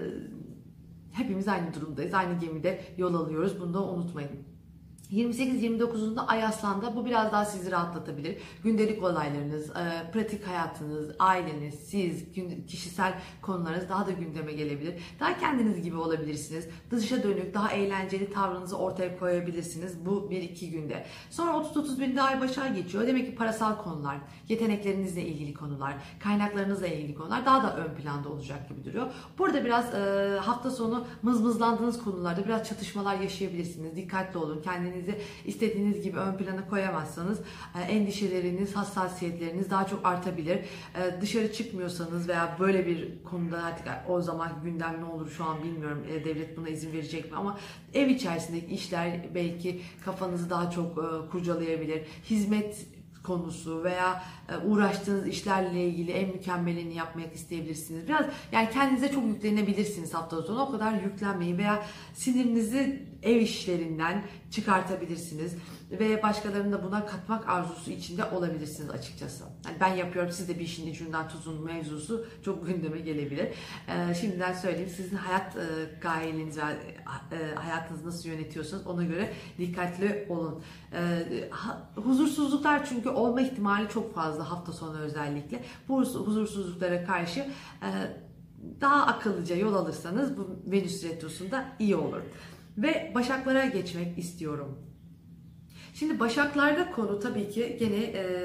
hepimiz aynı durumdayız. Aynı gemide yol alıyoruz. Bunu da unutmayın. yirmi sekiz yirmi dokuzunda Ay Aslan'da bu biraz daha sizi rahatlatabilir. Gündelik olaylarınız, pratik hayatınız, aileniz, siz, kişisel konularınız daha da gündeme gelebilir. Daha kendiniz gibi olabilirsiniz. Dışa dönük, daha eğlenceli tavrınızı ortaya koyabilirsiniz bu bir iki günde. Sonra otuz otuz birinde Ay Başak'a geçiyor. Demek ki parasal konular, yeteneklerinizle ilgili konular, kaynaklarınızla ilgili konular daha da ön planda olacak gibi duruyor. Burada biraz hafta sonu mızmızlandığınız konularda biraz çatışmalar yaşayabilirsiniz. Dikkatli olun. Kendiniz istediğiniz gibi ön plana koyamazsanız endişeleriniz, hassasiyetleriniz daha çok artabilir. Dışarı çıkmıyorsanız veya böyle bir konuda artık o zaman gündem ne olur şu an bilmiyorum. Devlet buna izin verecek mi? Ama ev içerisindeki işler belki kafanızı daha çok kurcalayabilir. Hizmet konusu veya uğraştığınız işlerle ilgili en mükemmelini yapmak isteyebilirsiniz. Biraz yani kendinize çok yüklenebilirsiniz hafta sonu. O kadar yüklenmeyin veya sinirinizi ev işlerinden çıkartabilirsiniz ve başkalarını da buna katmak arzusu içinde olabilirsiniz açıkçası. Yani ben yapıyorum, siz de bir işin ucundan tutun mevzusu çok gündeme gelebilir. Ee, şimdiden söyleyeyim, sizin hayat e, gayeniz ve e, hayatınızı nasıl yönetiyorsanız ona göre dikkatli olun. E, huzursuzluklar çünkü olma ihtimali çok fazla hafta sonu özellikle. Bu huzursuzluklara karşı e, daha akıllıca yol alırsanız bu Venüs retrosunda iyi olur. Ve Başaklara geçmek istiyorum. Şimdi Başaklarda konu tabii ki gene e,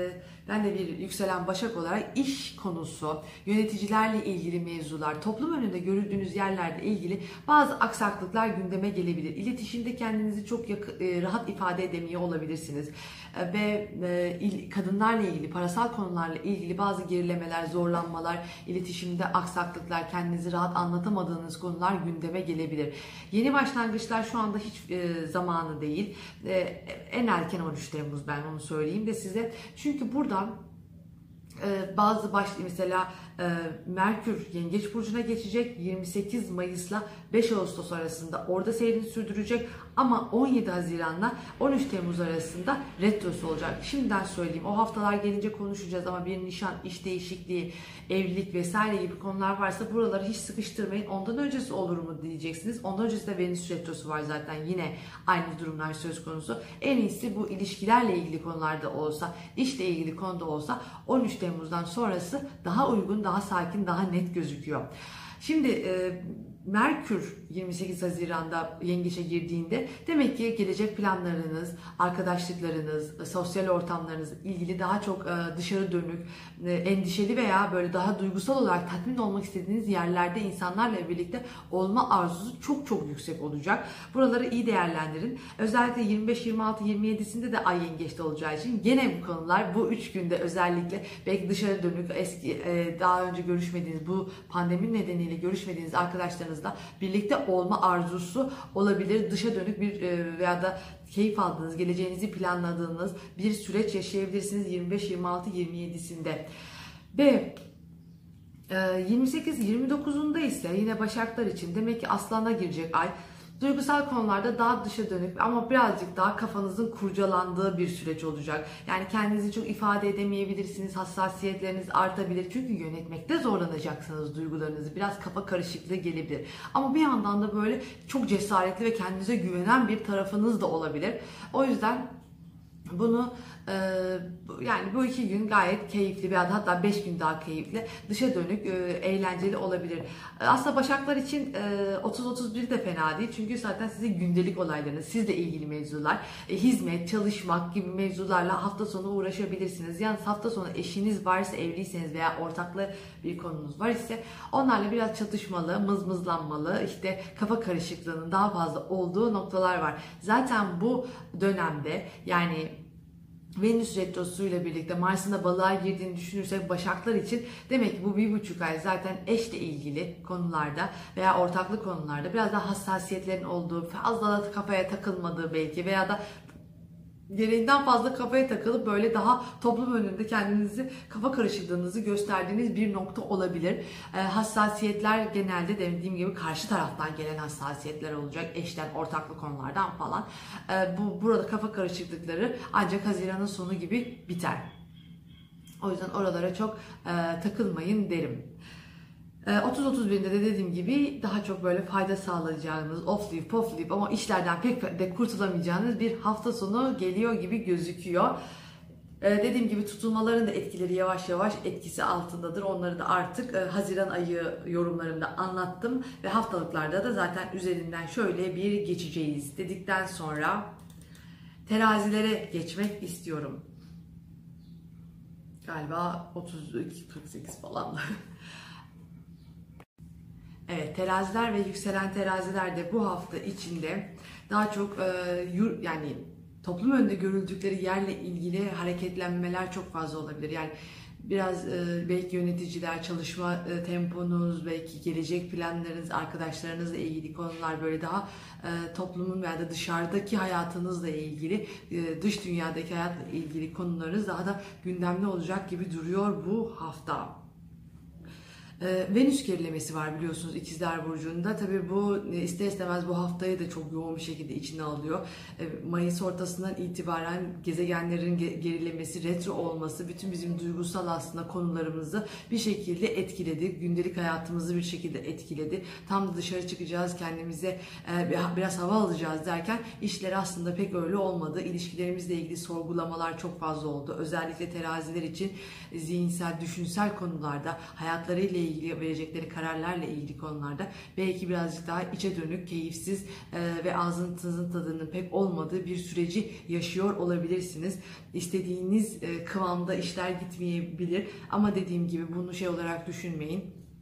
Ben de bir yükselen Başak olarak iş konusu, yöneticilerle ilgili mevzular, toplum önünde görüldüğünüz yerlerle ilgili bazı aksaklıklar gündeme gelebilir. İletişimde kendinizi çok yakın, e, rahat ifade edemiyor olabilirsiniz. E, ve e, il, kadınlarla ilgili, parasal konularla ilgili bazı gerilemeler, zorlanmalar, iletişimde aksaklıklar, kendinizi rahat anlatamadığınız konular gündeme gelebilir. Yeni başlangıçlar şu anda hiç e, zamanı değil. E, en erken on üç Temmuz, ben onu söyleyeyim de size. Çünkü buradan e, bazı baş mesela e, Merkür Yengeç burcuna geçecek yirmi sekiz Mayıs'la beş Ağustos arasında, orada seyrini sürdürecek ama on yedi Haziran'la on üç Temmuz arasında retrosu olacak. Şimdiden söyleyeyim, o haftalar gelince konuşacağız ama bir nişan, iş değişikliği, evlilik vesaire gibi konular varsa buraları hiç sıkıştırmayın. Ondan öncesi olur mu diyeceksiniz. Ondan öncesi de Venüs retrosu var zaten, yine aynı durumlar söz konusu. En iyisi bu ilişkilerle ilgili konularda olsa, işle ilgili konuda olsa on üç Temmuz'dan sonrası daha uygun, daha sakin, daha net gözüküyor. Şimdi e, Merkür yirmi sekiz Haziran'da Yengeç'e girdiğinde demek ki gelecek planlarınız, arkadaşlıklarınız, sosyal ortamlarınız ilgili daha çok e, dışarı dönük, e, endişeli veya böyle daha duygusal olarak tatmin olmak istediğiniz yerlerde insanlarla birlikte olma arzusu çok çok yüksek olacak. Buraları iyi değerlendirin. Özellikle yirmi beş, yirmi altı, yirmi yedisinde de Ay Yengeç'te olacağı için gene bu konular bu üç günde özellikle belki dışarı dönük, eski e, daha önce görüşmediğiniz, bu pandemi nedeniyle görüşmediğiniz arkadaşlarınız birlikte olma arzusu olabilir. Dışa dönük bir veya da keyif aldığınız, geleceğinizi planladığınız bir süreç yaşayabilirsiniz yirmi beş, yirmi altı, yirmi yedisinde. Ve yirmi sekiz, yirmi dokuzunda ise yine Başaklar için demek ki Aslan'a girecek ay. Duygusal konularda daha dışa dönük ama birazcık daha kafanızın kurcalandığı bir süreç olacak. Yani kendinizi çok ifade edemeyebilirsiniz, hassasiyetleriniz artabilir. Çünkü yönetmekte zorlanacaksınız duygularınızı. Biraz kafa karışıklığı gelebilir. Ama bir yandan da böyle çok cesaretli ve kendinize güvenen bir tarafınız da olabilir. O yüzden bunu e, yani bu iki gün gayet keyifli veya hatta beş gün daha keyifli, dışa dönük, e, eğlenceli olabilir. Aslında Başaklar için e, otuz otuz bir de fena değil. Çünkü zaten sizin gündelik olaylarınız, sizle ilgili mevzular, e, hizmet, çalışmak gibi mevzularla hafta sonu uğraşabilirsiniz. Yalnız hafta sonu eşiniz varsa, evliyseniz veya ortaklı bir konunuz var ise onlarla biraz çatışmalı, mızmızlanmalı, işte kafa karışıklığının daha fazla olduğu noktalar var. Zaten bu dönemde yani Venüs retrosuyla birlikte Mars'ın da balığa girdiğini düşünürsek Başaklar için demek ki bu bir buçuk ay zaten eşle ilgili konularda veya ortaklı konularda biraz daha hassasiyetlerin olduğu, fazla da kafaya takılmadığı belki veya da gereğinden fazla kafaya takılıp böyle daha toplum önünde kendinizi, kafa karışıklığınızı gösterdiğiniz bir nokta olabilir. E, hassasiyetler genelde dediğim gibi karşı taraftan gelen hassasiyetler olacak. Eşten, ortaklı konulardan falan. E, bu burada kafa karışıklıkları ancak Haziran'ın sonu gibi biter. O yüzden oralara çok e, takılmayın derim. otuz otuz birinde de dediğim gibi daha çok böyle fayda sağlayacağınız, oflayıp poflayıp ama işlerden pek de kurtulamayacağınız bir hafta sonu geliyor gibi gözüküyor. Ee, dediğim gibi tutulmaların da etkileri yavaş yavaş etkisi altındadır. Onları da artık e, Haziran ayı yorumlarımda anlattım ve haftalıklarda da zaten üzerinden şöyle bir geçeceğiz dedikten sonra terazilere geçmek istiyorum. Galiba otuz iki kırk sekiz falan. Evet, teraziler ve yükselen teraziler de bu hafta içinde daha çok e, yur, yani toplum önünde görüldükleri yerle ilgili hareketlenmeler çok fazla olabilir. Yani biraz e, belki yöneticiler, çalışma e, temponuz, belki gelecek planlarınız, arkadaşlarınızla ilgili konular böyle daha e, toplumun veya da dışarıdaki hayatınızla ilgili, e, dış dünyadaki hayatla ilgili konularınız daha da gündemde olacak gibi duruyor bu hafta. Ee, Venüs gerilemesi var biliyorsunuz İkizler Burcu'nda. Tabii bu ister istemez bu haftayı da çok yoğun bir şekilde içine alıyor. Ee, Mayıs ortasından itibaren gezegenlerin gerilemesi, retro olması bütün bizim duygusal aslında konularımızı bir şekilde etkiledi. Gündelik hayatımızı bir şekilde etkiledi. Tam dışarı çıkacağız, kendimize e, biraz hava alacağız derken işler aslında pek öyle olmadı. İlişkilerimizle ilgili sorgulamalar çok fazla oldu. Özellikle teraziler için zihinsel, düşünsel konularda hayatlarıyla ilgili verecekleri kararlarla ilgili konularda belki birazcık daha içe dönük, keyifsiz e, ve ağzınızın tadının pek olmadığı bir süreci yaşıyor olabilirsiniz. İstediğiniz e, kıvamda işler gitmeyebilir ama dediğim gibi bunu şey olarak düşünmeyin.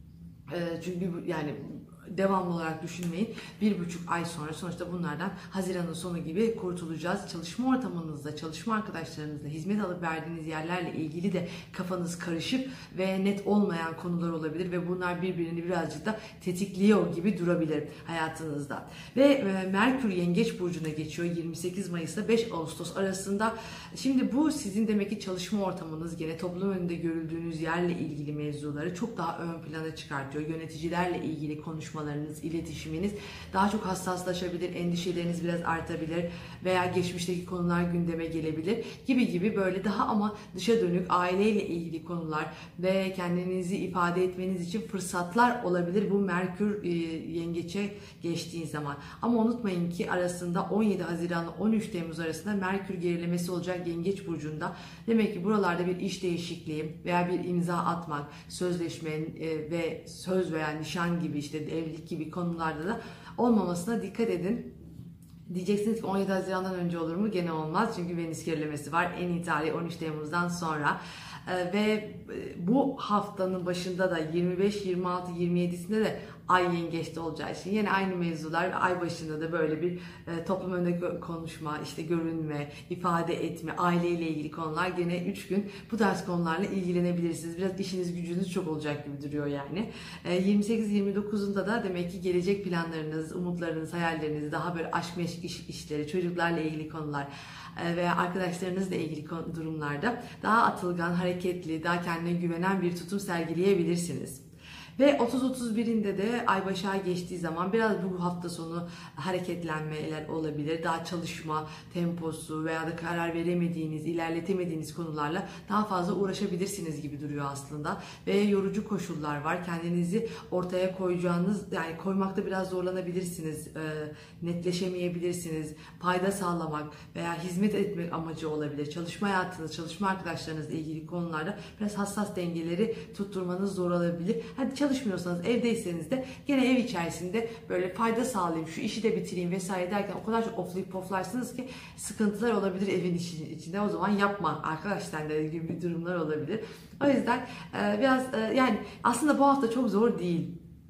E, çünkü yani devamlı olarak düşünmeyin. Bir buçuk ay sonra sonuçta bunlardan Haziran'ın sonu gibi kurtulacağız. Çalışma ortamınızda, çalışma arkadaşlarınızla, hizmet alıp verdiğiniz yerlerle ilgili de kafanız karışık ve net olmayan konular olabilir ve bunlar birbirini birazcık da tetikliyor gibi durabilir hayatınızda. Ve e, Merkür Yengeç Burcu'na geçiyor yirmi sekiz Mayıs'la beş Ağustos arasında. Şimdi bu sizin demek ki çalışma ortamınız, gene toplum önünde görüldüğünüz yerle ilgili mevzuları çok daha ön plana çıkartıyor. Yöneticilerle ilgili konuşmalarınız, iletişiminiz daha çok hassaslaşabilir, endişeleriniz biraz artabilir veya geçmişteki konular gündeme gelebilir gibi gibi böyle daha ama dışa dönük aileyle ilgili konular ve kendinizi ifade etmeniz için fırsatlar olabilir bu Merkür e, Yengeç'e geçtiği zaman. Ama unutmayın ki arasında on yedi Haziran ile on üç Temmuz arasında Merkür gerilemesi olacak Yengeç Burcu'nda. Demek ki buralarda bir iş değişikliği veya bir imza atmak, sözleşme e, ve söz veya nişan gibi işte evlilik gibi konularda da olmamasına dikkat edin. Diyeceksiniz ki on yedi Haziran'dan önce olur mu? Gene olmaz çünkü Venüs gerilemesi var. En iyi tarih on üç Temmuz'dan sonra. Ee, ve bu haftanın başında da yirmi beş, yirmi altı, yirmi yedisinde de Ay Yengeç'te olacağı için yine aynı mevzular ve ay başında da böyle bir e, toplum önünde konuşma, işte görünme, ifade etme, aileyle ilgili konular gene üç gün bu tarz konularla ilgilenebilirsiniz. Biraz işiniz gücünüz çok olacak gibi duruyor yani. E, yirmi sekiz yirmi dokuzunda da demek ki gelecek planlarınız, umutlarınız, hayalleriniz, daha böyle aşk meşk iş, işleri, çocuklarla ilgili konular veya arkadaşlarınızla ilgili durumlarda daha atılgan, hareketli, daha kendine güvenen bir tutum sergileyebilirsiniz. Ve otuz otuz birinde de ay başa geçtiği zaman biraz bu hafta sonu hareketlenmeler olabilir. Daha çalışma temposu veya da karar veremediğiniz, ilerletemediğiniz konularla daha fazla uğraşabilirsiniz gibi duruyor aslında. Ve yorucu koşullar var. Kendinizi ortaya koyacağınız, yani koymakta biraz zorlanabilirsiniz. E, netleşemeyebilirsiniz. Fayda sağlamak veya hizmet etmek amacı olabilir. Çalışma hayatınız, çalışma arkadaşlarınızla ilgili konularda biraz hassas dengeleri tutturmanız zor olabilir. Hadi çalışmıyorsanız, evdeyseniz de gene ev içerisinde böyle fayda sağlayayım, şu işi de bitireyim vesaire derken o kadar çok oflayıp poflarsınız ki sıkıntılar olabilir evin içinde. O zaman yapma arkadaşlar gibi bir durumlar olabilir. O yüzden biraz yani aslında bu hafta çok zor değil.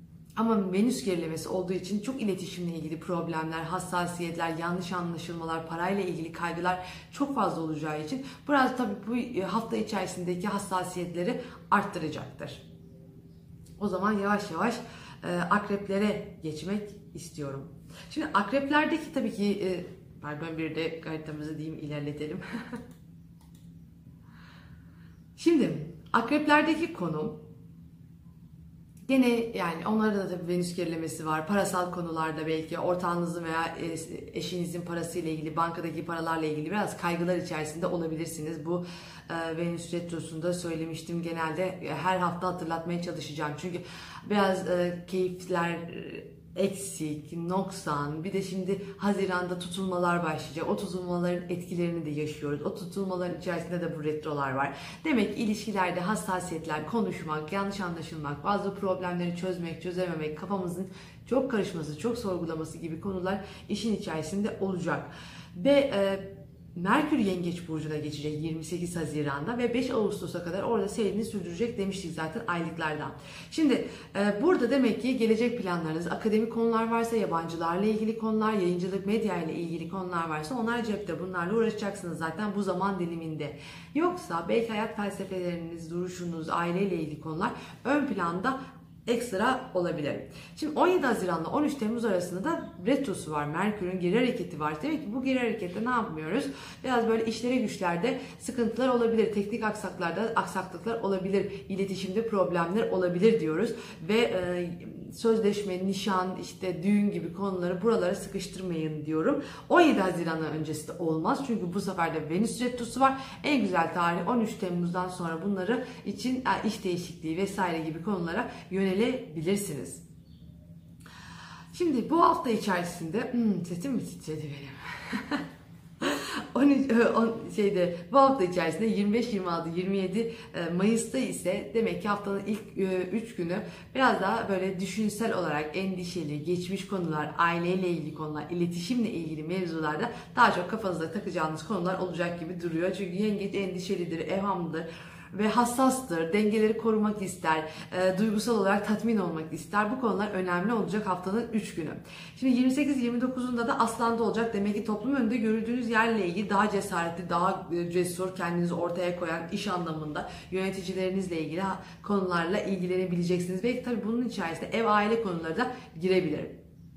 Ama Venüs gerilemesi olduğu için çok iletişimle ilgili problemler, hassasiyetler, yanlış anlaşılmalar, parayla ilgili kaygılar çok fazla olacağı için biraz tabii bu hafta içerisindeki hassasiyetleri arttıracaktır. O zaman yavaş yavaş e, akreplere geçmek istiyorum. Şimdi akreplerdeki tabii ki, e, pardon bir de haritamızı diyeyim ilerletelim. Şimdi akreplerdeki konu gene yani onlarda da tabii Venüs gerilemesi var. Parasal konularda belki ortağınızın veya eşinizin parasıyla ilgili, bankadaki paralarla ilgili biraz kaygılar içerisinde olabilirsiniz. Bu e, Venüs retrosunda söylemiştim. Genelde her hafta hatırlatmaya çalışacağım. Çünkü biraz e, keyifler eksik, noksan, bir de şimdi Haziran'da tutulmalar başlayacak. O tutulmaların etkilerini de yaşıyoruz. O tutulmaların içerisinde de bu retrolar var. Demek ki ilişkilerde hassasiyetler, konuşmak, yanlış anlaşılmak, bazı problemleri çözmek, çözememek, kafamızın çok karışması, çok sorgulaması gibi konular işin içerisinde olacak. Ve e, Merkür Yengeç Burcu'na geçecek yirmi sekiz Haziran'da ve beş Ağustos'a kadar orada seyrini sürdürecek demiştik zaten aylıklardan. Şimdi e, burada demek ki gelecek planlarınız, akademik konular varsa, yabancılarla ilgili konular, yayıncılık, medya ile ilgili konular varsa onlar cepte, bunlarla uğraşacaksınız zaten bu zaman diliminde. Yoksa belki hayat felsefeleriniz, duruşunuz, aileyle ilgili konular ön planda ekstra olabilir. Şimdi on yedi Haziran'la on üç Temmuz arasında da retrosu var. Merkür'ün geri hareketi var. Demek ki bu geri harekette ne yapmıyoruz? Biraz böyle işlere güçlerde sıkıntılar olabilir. Teknik aksaklarda aksaklıklar olabilir. İletişimde problemler olabilir diyoruz. Ve e, sözleşme, nişan, işte düğün gibi konuları buralara sıkıştırmayın diyorum. on yedi Haziran'dan öncesi de olmaz. Çünkü bu sefer de Venüs retrosu var. En güzel tarih on üç Temmuz'dan sonra bunları için iş değişikliği vesaire gibi konulara yönelebilirsiniz. Şimdi bu hafta içerisinde hmm, sesim mi titredi benim? on üç, on, şeyde bu hafta içerisinde yirmi beş, yirmi altı, yirmi yedi Mayıs'ta ise demek ki haftanın ilk üç günü biraz daha böyle düşünsel olarak endişeli, geçmiş konular, aileyle ilgili konular, iletişimle ilgili mevzularda daha çok kafanızda takacağınız konular olacak gibi duruyor. Çünkü yengeç endişelidir, evhamlıdır ve hassastır, dengeleri korumak ister, e, duygusal olarak tatmin olmak ister. Bu konular önemli olacak haftanın üç günü. Şimdi yirmi sekiz yirmi dokuzunda da Aslan'da olacak. Demek ki toplum önünde görüldüğünüz yerle ilgili daha cesaretli, daha cesur, kendinizi ortaya koyan iş anlamında yöneticilerinizle ilgili konularla ilgilenebileceksiniz. Ve tabii bunun içerisinde ev aile konuları da girebilir.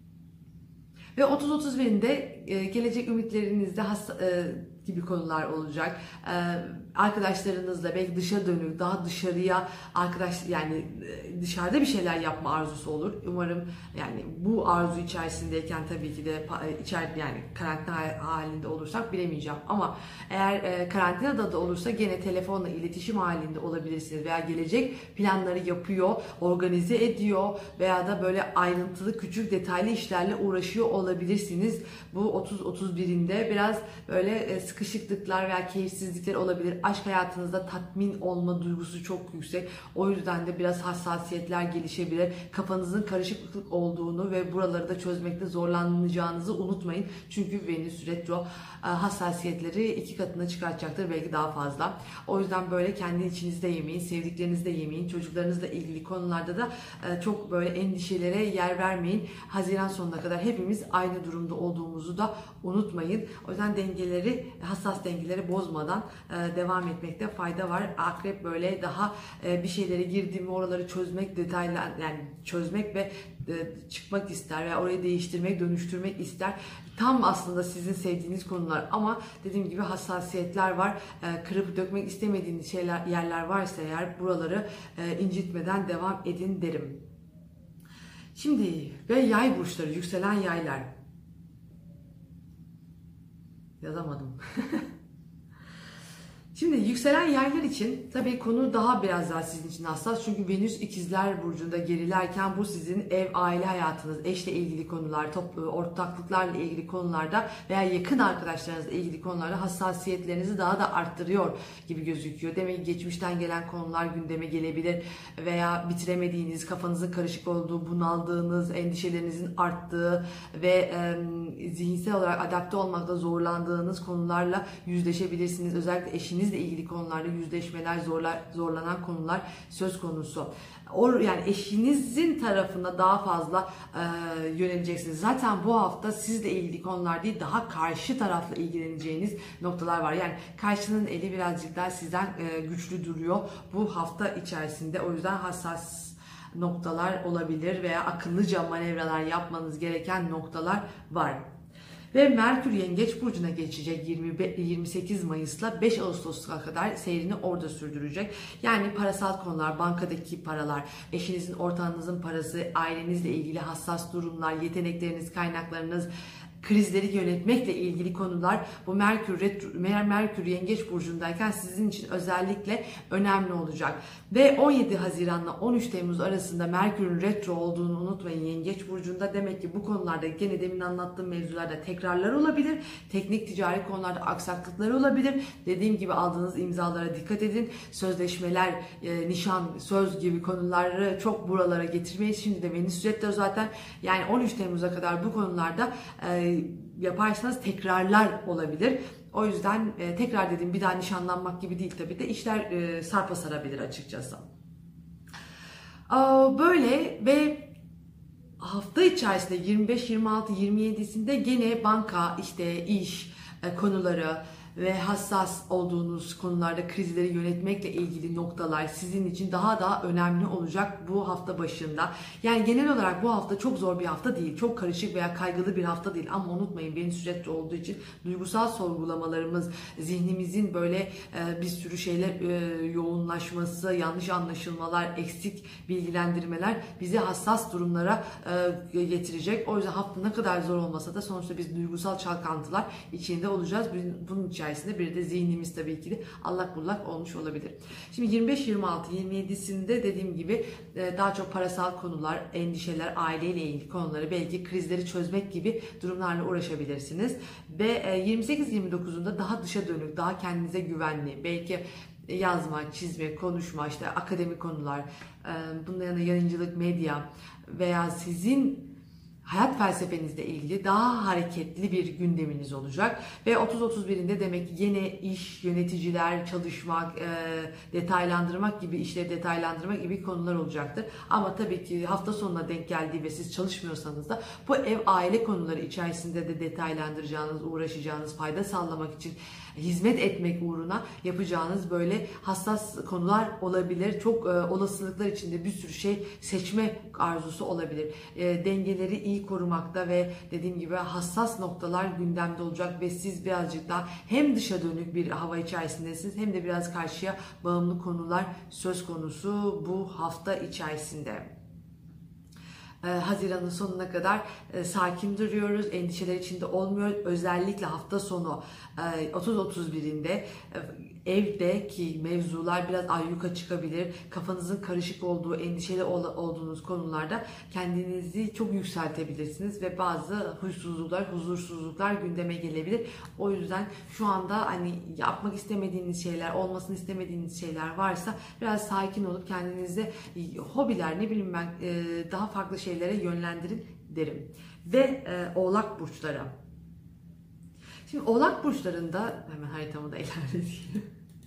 Ve otuz otuz birinde e, gelecek ümitlerinizde hasta, e, gibi konular olacak. E, arkadaşlarınızla belki dışa dönük, daha dışarıya arkadaş yani dışarıda bir şeyler yapma arzusu olur. Umarım yani bu arzu içerisindeyken tabii ki de içer yani karantina halinde olursak bilemeyeceğim. Ama eğer e, karantinada da olursa gene telefonla iletişim halinde olabilirsiniz veya gelecek planları yapıyor, organize ediyor veya da böyle ayrıntılı küçük detaylı işlerle uğraşıyor olabilirsiniz. Bu otuz otuz birinde biraz böyle sıkışıklıklar veya keyifsizlikler olabilir. Aşk hayatınızda tatmin olma duygusu çok yüksek. O yüzden de biraz hassasiyetler gelişebilir. Kafanızın karışıklık olduğunu ve buraları da çözmekte zorlanacağınızı unutmayın. Çünkü Venüs retro hassasiyetleri iki katına çıkartacaktır, belki daha fazla. O yüzden böyle kendi içinizde yemeyin, sevdiklerinizde yemeyin. Çocuklarınızla ilgili konularda da çok böyle endişelere yer vermeyin. Haziran sonuna kadar hepimiz aynı durumda olduğumuzu da unutmayın. O yüzden dengeleri, hassas dengeleri bozmadan devam etmekte fayda var. Akrep böyle daha bir şeylere girdiğimi oraları çözmek, detaylı yani çözmek ve çıkmak ister veya orayı değiştirmek, dönüştürmek ister. Tam aslında sizin sevdiğiniz konular ama dediğim gibi hassasiyetler var. Kırıp dökmek istemediğiniz şeyler, yerler varsa eğer buraları incitmeden devam edin derim. Şimdi ve yay burçları, yükselen yaylar. Yazamadım. Şimdi yükselen yaylar için tabii konu daha biraz daha sizin için hassas. Çünkü Venüs ikizler burcunda gerilerken bu sizin ev, aile hayatınız, eşle ilgili konular, toplu, ortaklıklarla ilgili konularda veya yakın arkadaşlarınızla ilgili konularda hassasiyetlerinizi daha da arttırıyor gibi gözüküyor. Demek ki geçmişten gelen konular gündeme gelebilir veya bitiremediğiniz, kafanızın karışık olduğu, bunaldığınız, endişelerinizin arttığı ve e, zihinsel olarak adapte olmakta zorlandığınız konularla yüzleşebilirsiniz. Özellikle eşiniz ile ilgili konularda yüzleşmeler, zorlar, zorlanan konular söz konusu. O, yani eşinizin tarafına daha fazla e, yöneleceksiniz. Zaten bu hafta sizle ilgili konular değil, daha karşı tarafla ilgileneceğiniz noktalar var. Yani karşının eli birazcık daha sizden e, güçlü duruyor bu hafta içerisinde. O yüzden hassas noktalar olabilir veya akıllıca manevralar yapmanız gereken noktalar var. Ve Merkür Yengeç Burcu'na geçecek yirmi sekiz Mayıs'la beş Ağustos'a kadar seyrini orada sürdürecek. Yani parasal konular, bankadaki paralar, eşinizin, ortağınızın parası, ailenizle ilgili hassas durumlar, yetenekleriniz, kaynaklarınız, krizleri yönetmekle ilgili konular bu Merkür, retro, Merkür Yengeç Burcu'ndayken sizin için özellikle önemli olacak. Ve on yedi Haziran'la on üç Temmuz arasında Merkür'ün retro olduğunu unutmayın Yengeç Burcu'nda. Demek ki bu konularda gene demin anlattığım mevzularda tekrarlar olabilir. Teknik ticari konularda aksaklıklar olabilir. Dediğim gibi aldığınız imzalara dikkat edin. Sözleşmeler, e, nişan, söz gibi konuları çok buralara getirmeyin. Şimdi de Venüs retro zaten, yani on üç Temmuz'a kadar bu konularda e, yaparsanız tekrarlar olabilir. O yüzden e, tekrar dediğim bir daha nişanlanmak gibi değil tabii de işler e, sarpa sarabilir açıkçası. E, böyle ve hafta içerisinde yirmi beş, yirmi altı, yirmi yedisinde gene banka, işte iş e, konuları ve hassas olduğunuz konularda krizleri yönetmekle ilgili noktalar sizin için daha da önemli olacak bu hafta başında. Yani genel olarak bu hafta çok zor bir hafta değil. Çok karışık veya kaygılı bir hafta değil. Ama unutmayın Venüs retro olduğu için duygusal sorgulamalarımız, zihnimizin böyle bir sürü şeyler yoğunlaşması, yanlış anlaşılmalar, eksik bilgilendirmeler bizi hassas durumlara getirecek. O yüzden hafta ne kadar zor olmasa da sonuçta biz duygusal çalkantılar içinde olacağız. Bunun için içerisinde, bir de zihnimiz tabii ki de allak bullak olmuş olabilir. Şimdi yirmi beş, yirmi altı, yirmi yedisinde dediğim gibi daha çok parasal konular, endişeler, aileyle ilgili konuları, belki krizleri çözmek gibi durumlarla uğraşabilirsiniz. Ve yirmi sekiz yirmi dokuzunda daha dışa dönük, daha kendinize güvenli, belki yazma, çizme, konuşma, işte akademik konular, bunun yanında yayıncılık, medya veya sizin hayat felsefenizle ilgili daha hareketli bir gündeminiz olacak. Ve otuz otuz birinde demek ki yine iş, yöneticiler, çalışmak, e, detaylandırmak gibi, işleri detaylandırmak gibi konular olacaktır. Ama tabii ki hafta sonuna denk geldiği ve siz çalışmıyorsanız da bu ev aile konuları içerisinde de detaylandıracağınız, uğraşacağınız, fayda sağlamak için hizmet etmek uğruna yapacağınız böyle hassas konular olabilir. Çok e, olasılıklar içinde bir sürü şey seçme arzusu olabilir. E, dengeleri iyi korumakta ve dediğim gibi hassas noktalar gündemde olacak ve siz birazcık daha hem dışa dönük bir hava içerisindesiniz hem de biraz karşıya bağımlı konular söz konusu bu hafta içerisinde. Haziran'ın sonuna kadar sakin duruyoruz, endişeler içinde olmuyor. Özellikle hafta sonu otuz otuz birinde evdeki mevzular biraz ayyuka çıkabilir. Kafanızın karışık olduğu, endişeli olduğunuz konularda kendinizi çok yükseltebilirsiniz ve bazı huysuzluklar, huzursuzluklar gündeme gelebilir. O yüzden şu anda hani yapmak istemediğiniz şeyler, olmasını istemediğiniz şeyler varsa biraz sakin olup kendinize hobiler, ne bileyim ben, daha farklı şeylere yönlendirin derim. Ve Oğlak burçları. Şimdi Oğlak burçlarında hemen haritamı da ilerleteyim.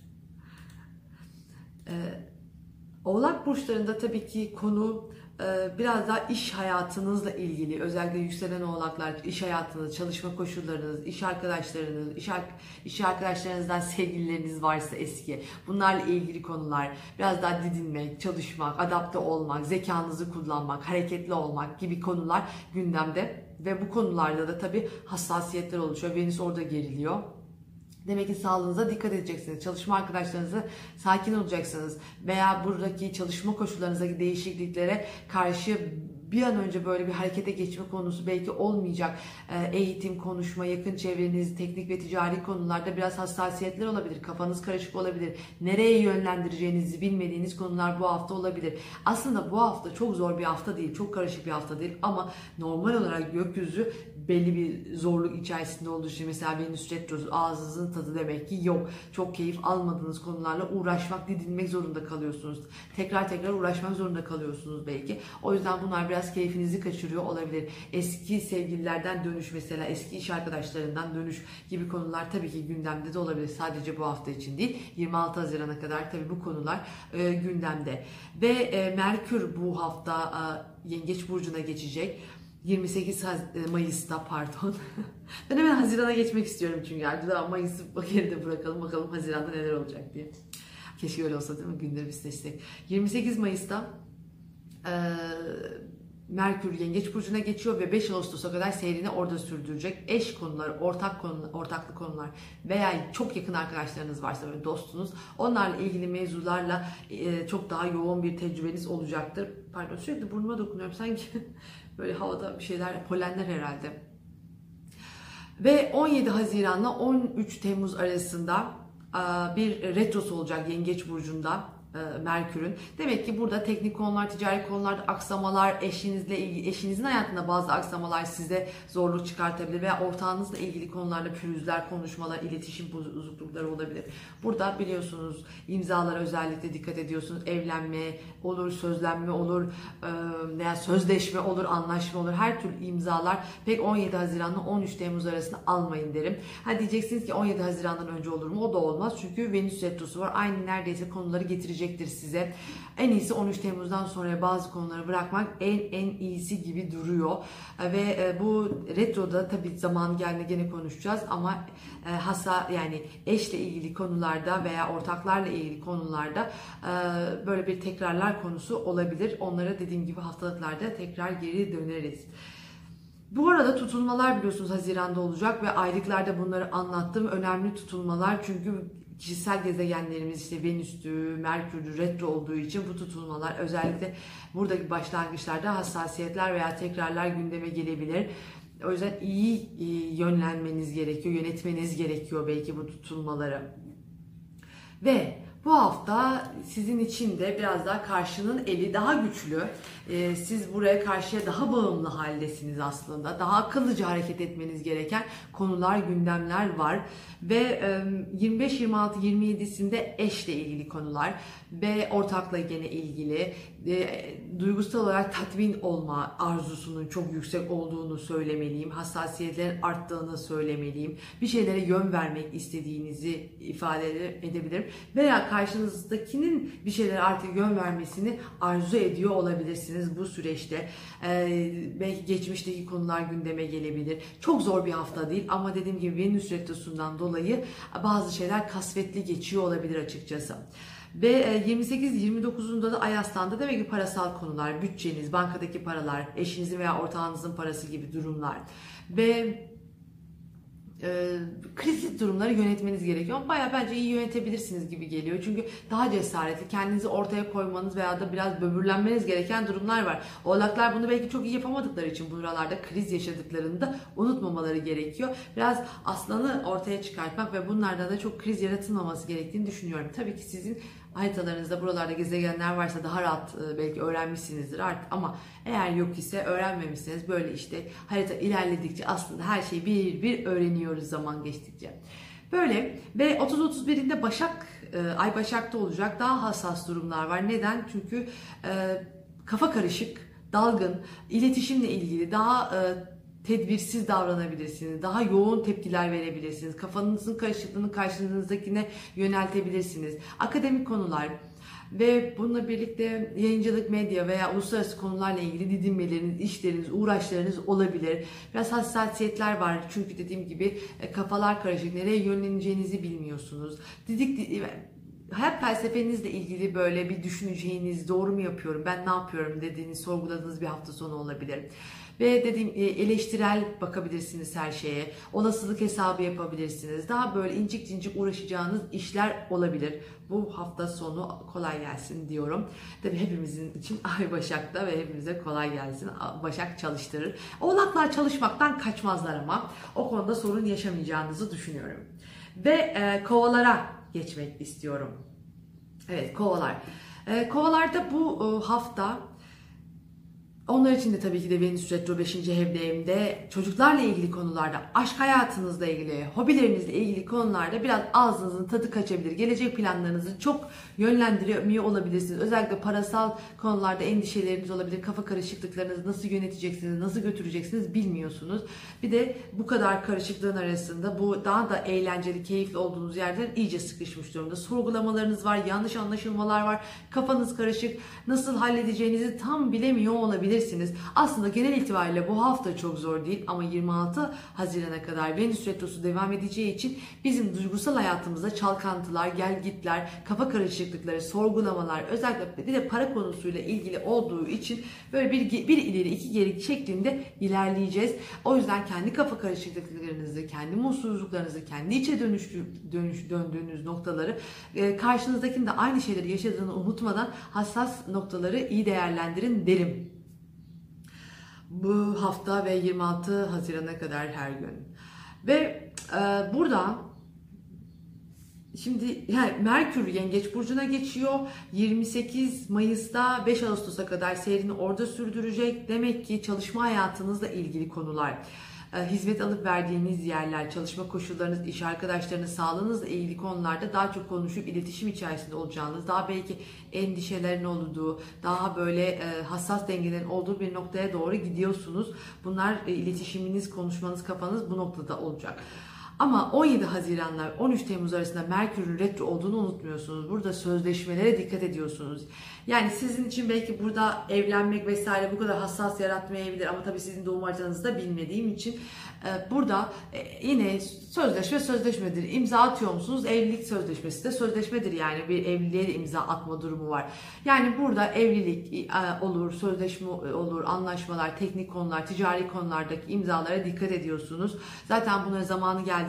Ee, Oğlak burçlarında tabii ki konu e, biraz daha iş hayatınızla ilgili. Özellikle yükselen oğlaklar, iş hayatınız, çalışma koşullarınız, iş arkadaşlarınız, iş, iş arkadaşlarınızdan sevgilileriniz varsa eski. Bunlarla ilgili konular. Biraz daha didinmek, çalışmak, adapte olmak, zekanızı kullanmak, hareketli olmak gibi konular gündemde. Ve bu konularda da tabii hassasiyetler oluşuyor. Venüs orada geriliyor. Demek ki sağlığınıza dikkat edeceksiniz. Çalışma arkadaşlarınıza sakin olacaksınız. Veya buradaki çalışma koşullarınızdaki değişikliklere karşı bir an önce böyle bir harekete geçme konusu belki olmayacak. Eğitim, konuşma, yakın çevreniz, teknik ve ticari konularda biraz hassasiyetler olabilir. Kafanız karışık olabilir. Nereye yönlendireceğinizi bilmediğiniz konular bu hafta olabilir. Aslında bu hafta çok zor bir hafta değil, çok karışık bir hafta değil ama normal olarak gökyüzü belli bir zorluk içerisinde olduğu için, mesela Venüs retrosu, ağzınızın tadı demek ki yok. Çok keyif almadığınız konularla uğraşmak, didinmek zorunda kalıyorsunuz. Tekrar tekrar uğraşmak zorunda kalıyorsunuz belki. O yüzden bunlar biraz keyfinizi kaçırıyor olabilir. Eski sevgililerden dönüş, mesela eski iş arkadaşlarından dönüş gibi konular tabii ki gündemde de olabilir. Sadece bu hafta için değil. yirmi altı Haziran'a kadar tabii bu konular e, gündemde. Ve e, Merkür bu hafta e, Yengeç burcuna geçecek. yirmi sekiz Mayıs'ta pardon. Ben hemen Haziran'a geçmek istiyorum çünkü artık daha Mayıs'ı geride bırakalım, bakalım Haziran'da neler olacak diye. Keşke öyle olsa değil mi? Günleri bir seçsek. yirmi sekiz Mayıs'ta e, Merkür Yengeç burcuna geçiyor ve beş Ağustos'a kadar seyrini orada sürdürecek. Eş konuları, ortak konular, ortaklı konular veya çok yakın arkadaşlarınız varsa, böyle dostunuz, onlarla ilgili mevzularla e, çok daha yoğun bir tecrübeniz olacaktır. Pardon, sürekli burnuma dokunuyorum sanki. Böyle havada bir şeyler, polenler herhalde. Ve on yedi Haziran'la on üç Temmuz arasında bir retrosu olacak Yengeç burcunda Merkür'ün. Demek ki burada teknik konular, ticari konularda aksamalar, eşinizle ilgili, eşinizin hayatında bazı aksamalar size zorluk çıkartabilir veya ortağınızla ilgili konularda pürüzler, konuşmalar, iletişim bozuklukları olabilir. Burada biliyorsunuz imzalara özellikle dikkat ediyorsunuz. Evlenme olur, sözlenme olur veya sözleşme olur, anlaşma olur. Her türlü imzalar pek on yedi Haziran'la on üç Temmuz arasında almayın derim. Ha diyeceksiniz ki on yedi Haziran'dan önce olur mu? O da olmaz. Çünkü Venüs retrosu var. Aynı neredeyse konuları getirecek size. En iyisi on üç Temmuz'dan sonra bazı konuları bırakmak en en iyisi gibi duruyor. Ve bu retroda tabii zaman geldiğinde gene konuşacağız ama hasa yani eşle ilgili konularda veya ortaklarla ilgili konularda böyle bir tekrarlar konusu olabilir. Onlara dediğim gibi haftalıklarda tekrar geri döneriz. Bu arada tutulmalar biliyorsunuz Haziran'da olacak ve aylıklarda bunları anlattım. Önemli tutulmalar çünkü kişisel gezegenlerimiz işte Venüs'tü, Merkür'dü, retro olduğu için bu tutulmalar özellikle buradaki başlangıçlarda hassasiyetler veya tekrarlar gündeme gelebilir. O yüzden iyi yönlenmeniz gerekiyor, yönetmeniz gerekiyor belki bu tutulmaları. Ve bu hafta sizin için de biraz daha karşının eli daha güçlü. Ee, siz buraya karşıya daha bağımlı haldesiniz aslında. Daha akıllıca hareket etmeniz gereken konular, gündemler var. Ve e, yirmi beş, yirmi altı, yirmi yedisinde eşle ilgili konular ve ortakla gene ilgili e, duygusal olarak tatmin olma arzusunun çok yüksek olduğunu söylemeliyim. Hassasiyetlerin arttığını söylemeliyim. Bir şeylere yön vermek istediğinizi ifade edebilirim. Veya karşınızdakinin bir şeylere artık yön vermesini arzu ediyor olabilirsiniz bu süreçte. Ee, belki geçmişteki konular gündeme gelebilir. Çok zor bir hafta değil ama dediğim gibi Venüs Retrosu'ndan dolayı bazı şeyler kasvetli geçiyor olabilir açıkçası. Ve yirmi sekiz yirmi dokuzunda da Ay Aslan'da demek ki parasal konular, bütçeniz, bankadaki paralar, eşinizin veya ortağınızın parası gibi durumlar ve e, kriz durumları yönetmeniz gerekiyor. Ama bayağı bence iyi yönetebilirsiniz gibi geliyor. Çünkü daha cesaretli, kendinizi ortaya koymanız veya da biraz böbürlenmeniz gereken durumlar var. Oğlaklar bunu belki çok iyi yapamadıkları için buralarda kriz yaşadıklarını da unutmamaları gerekiyor. Biraz aslanı ortaya çıkartmak ve bunlardan da çok kriz yaratılmaması gerektiğini düşünüyorum. Tabii ki sizin haritalarınızda buralarda gezegenler varsa daha rahat belki öğrenmişsinizdir artık ama eğer yok ise öğrenmemişseniz böyle işte harita ilerledikçe aslında her şeyi bir bir öğreniyoruz zaman geçtikçe. Böyle ve otuz otuz birinde Başak, Ay Başak'ta olacak daha hassas durumlar var. Neden? Çünkü kafa karışık, dalgın, iletişimle ilgili daha tedbirsiz davranabilirsiniz. Daha yoğun tepkiler verebilirsiniz. Kafanızın karışıklığını karşınızdakine yöneltebilirsiniz. Akademik konular ve bununla birlikte yayıncılık, medya veya uluslararası konularla ilgili didinmeleriniz, işleriniz, uğraşlarınız olabilir. Biraz hassasiyetler var çünkü dediğim gibi kafalar karışık. Nereye yönleneceğinizi bilmiyorsunuz. Didik hayat felsefenizle ilgili böyle bir düşüneceğiniz, doğru mu yapıyorum, ben ne yapıyorum dediğiniz, sorguladığınız bir hafta sonu olabilir. Ve dediğim eleştirel bakabilirsiniz her şeye. Olasılık hesabı yapabilirsiniz. Daha böyle incik cincik uğraşacağınız işler olabilir. Bu hafta sonu kolay gelsin diyorum. Tabii hepimizin için Ay Başak'ta ve hepimize kolay gelsin. Başak çalıştırır. Oğlaklar çalışmaktan kaçmazlar ama o konuda sorun yaşamayacağınızı düşünüyorum. Ve e, kovalara geçmek istiyorum. Evet, kovalar. E, kovalarda bu e, hafta onlar için de tabii ki de Venüs Retro beşinci evde çocuklarla ilgili konularda, aşk hayatınızla ilgili, hobilerinizle ilgili konularda biraz ağzınızın tadı kaçabilir. Gelecek planlarınızı çok yönlendiremiyor olabilirsiniz. Özellikle parasal konularda endişeleriniz olabilir. Kafa karışıklıklarınızı nasıl yöneteceksiniz, nasıl götüreceksiniz bilmiyorsunuz. Bir de bu kadar karışıklığın arasında bu daha da eğlenceli, keyifli olduğunuz yerden iyice sıkışmış durumda. Sorgulamalarınız var, yanlış anlaşılmalar var, kafanız karışık, nasıl halledeceğinizi tam bilemiyor olabilirsiniz. Aslında genel itibariyle bu hafta çok zor değil ama yirmi altı Haziran'a kadar Venüs Retrosu devam edeceği için bizim duygusal hayatımızda çalkantılar, gelgitler, kafa karışıklıkları, sorgulamalar, özellikle bir de para konusuyla ilgili olduğu için böyle bir, bir ileri iki geri şeklinde ilerleyeceğiz. O yüzden kendi kafa karışıklıklarınızı, kendi mutsuzluklarınızı, kendi içe dönüştü, dönüş, döndüğünüz noktaları, karşınızdakinin de aynı şeyleri yaşadığını unutmadan hassas noktaları iyi değerlendirin derim. Bu hafta ve yirmi altı Haziran'a kadar her gün. Ve e, burada şimdi yani Merkür Yengeç Burcu'na geçiyor. yirmi sekiz Mayıs'ta beş Ağustos'a kadar seyrini orada sürdürecek. Demek ki çalışma hayatınızla ilgili konular, hizmet alıp verdiğiniz yerler, çalışma koşullarınız, iş arkadaşlarınız, sağlığınızla ilgili konularda daha çok konuşup iletişim içerisinde olacağınız, daha belki endişelerin olduğu, daha böyle hassas dengelerin olduğu bir noktaya doğru gidiyorsunuz. Bunlar iletişiminiz, konuşmanız, kafanız bu noktada olacak. Ama on yedi Haziran'la on üç Temmuz arasında Merkür'ün retro olduğunu unutmuyorsunuz. Burada sözleşmelere dikkat ediyorsunuz. Yani sizin için belki burada evlenmek vesaire bu kadar hassas yaratmayabilir ama tabii sizin doğum haritanızı da bilmediğim için burada yine sözleşme sözleşmedir. İmza atıyor musunuz? Evlilik sözleşmesi de sözleşmedir, yani bir evliliğe de imza atma durumu var. Yani burada evlilik olur, sözleşme olur, anlaşmalar, teknik konular, ticari konulardaki imzalara dikkat ediyorsunuz. Zaten bunlara zamanı geldiğinde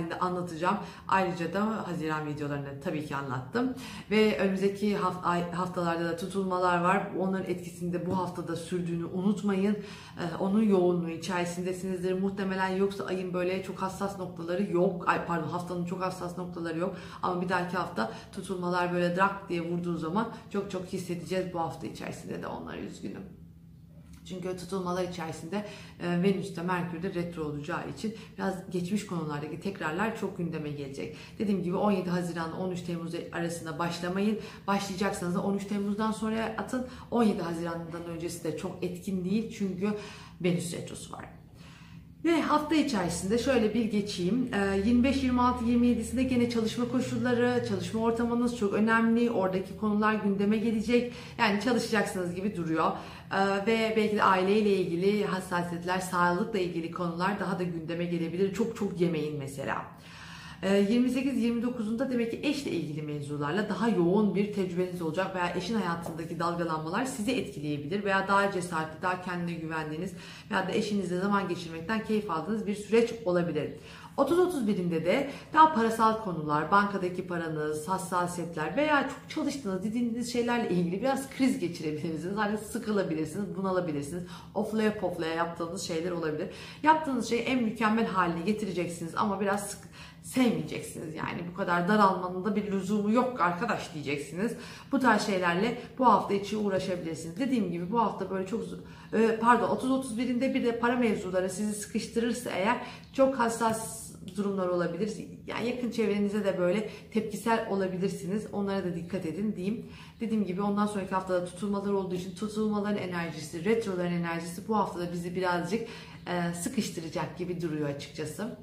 geldiğinde anlatacağım. Ayrıca da Haziran videolarını tabii ki anlattım. Ve önümüzdeki haftalarda da tutulmalar var. Onların etkisinde bu haftada sürdüğünü unutmayın. Onun yoğunluğu içerisindesinizdir. Muhtemelen yoksa ayın böyle çok hassas noktaları yok. Ay pardon haftanın çok hassas noktaları yok. Ama bir dahaki hafta tutulmalar böyle drak diye vurduğu zaman çok çok hissedeceğiz bu hafta içerisinde de onları, üzgünüm. Çünkü tutulmalar içerisinde e, Venüs'te Merkür'de retro olacağı için biraz geçmiş konulardaki tekrarlar çok gündeme gelecek. Dediğim gibi on yedi Haziran on üç Temmuz arasında başlamayın. Başlayacaksanız da on üç Temmuz'dan sonra atın. on yedi Haziran'dan öncesi de çok etkin değil çünkü Venüs retrosu var. Ve hafta içerisinde şöyle bir geçeyim. yirmi beş, yirmi altı, yirmi yedisinde gene çalışma koşulları, çalışma ortamınız çok önemli. Oradaki konular gündeme gelecek. Yani çalışacaksınız gibi duruyor. Ve belki de aileyle ilgili hassasiyetler, sağlıkla ilgili konular daha da gündeme gelebilir. Çok çok yemeyin mesela. yirmi sekiz yirmi dokuzunda demek ki eşle ilgili mevzularla daha yoğun bir tecrübeniz olacak veya eşin hayatındaki dalgalanmalar sizi etkileyebilir veya daha cesaretli, daha kendine güvendiğiniz veya da eşinizle zaman geçirmekten keyif aldığınız bir süreç olabilir. otuz otuz birinde de daha parasal konular, bankadaki paranız, hassasiyetler veya çok çalıştığınız, didindiğiniz şeylerle ilgili biraz kriz geçirebilirsiniz. Hani sıkılabilirsiniz, bunalabilirsiniz. Oflaya poflaya yaptığınız şeyler olabilir. Yaptığınız şeyi en mükemmel haline getireceksiniz ama biraz sık sevmeyeceksiniz. Yani bu kadar daralmanın da bir lüzumu yok arkadaş diyeceksiniz. Bu tarz şeylerle bu hafta içi uğraşabilirsiniz. Dediğim gibi bu hafta böyle çok pardon otuz otuz birinde bir de para mevzuları sizi sıkıştırırsa eğer çok hassas durumlar olabilir. Yani yakın çevrenize de böyle tepkisel olabilirsiniz. Onlara da dikkat edin diyeyim. Dediğim gibi ondan sonraki haftada tutulmalar olduğu için tutulmaların enerjisi, retroların enerjisi bu haftada bizi birazcık e, sıkıştıracak gibi duruyor açıkçası.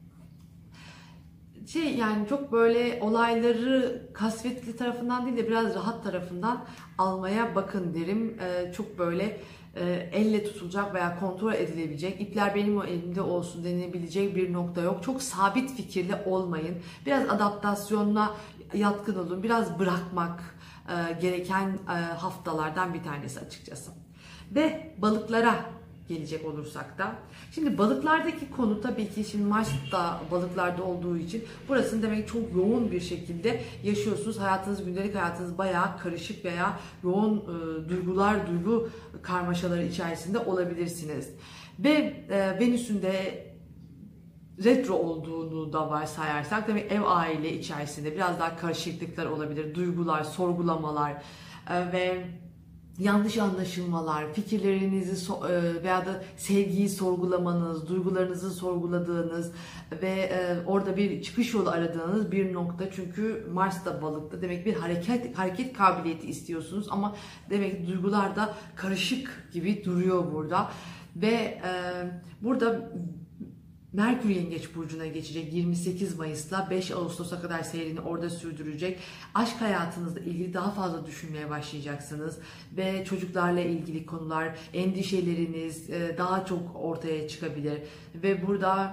Şey yani çok böyle olayları kasvetli tarafından değil de biraz rahat tarafından almaya bakın derim. Ee, çok böyle e, elle tutulacak veya kontrol edilebilecek, ipler benim o elimde olsun denebilecek bir nokta yok. Çok sabit fikirli olmayın. Biraz adaptasyonla yatkın olun. Biraz bırakmak e, gereken e, haftalardan bir tanesi açıkçası. Ve balıklara gelecek olursak da. Şimdi balıklardaki konu tabii ki şimdi Mars da balıklarda olduğu için burasını demek ki çok yoğun bir şekilde yaşıyorsunuz. Hayatınız, gündelik hayatınız bayağı karışık veya yoğun e, duygular, duygu karmaşaları içerisinde olabilirsiniz. Ve e, Venüs'ün de retro olduğunu da varsayarsak demek ev aile içerisinde biraz daha karışıklıklar olabilir. Duygular, sorgulamalar e, ve yanlış anlaşılmalar, fikirlerinizi veya da sevgiyi sorgulamanız, duygularınızı sorguladığınız ve orada bir çıkış yolu aradığınız bir nokta. Çünkü Mars da balıkta, demek bir hareket hareket kabiliyeti istiyorsunuz ama demek duygular da karışık gibi duruyor burada. Ve burada Merkür Yengeç Burcu'na geçecek yirmi sekiz Mayıs'la beş Ağustos'a kadar seyrini orada sürdürecek. Aşk hayatınızla ilgili daha fazla düşünmeye başlayacaksınız ve çocuklarla ilgili konular, endişeleriniz daha çok ortaya çıkabilir ve burada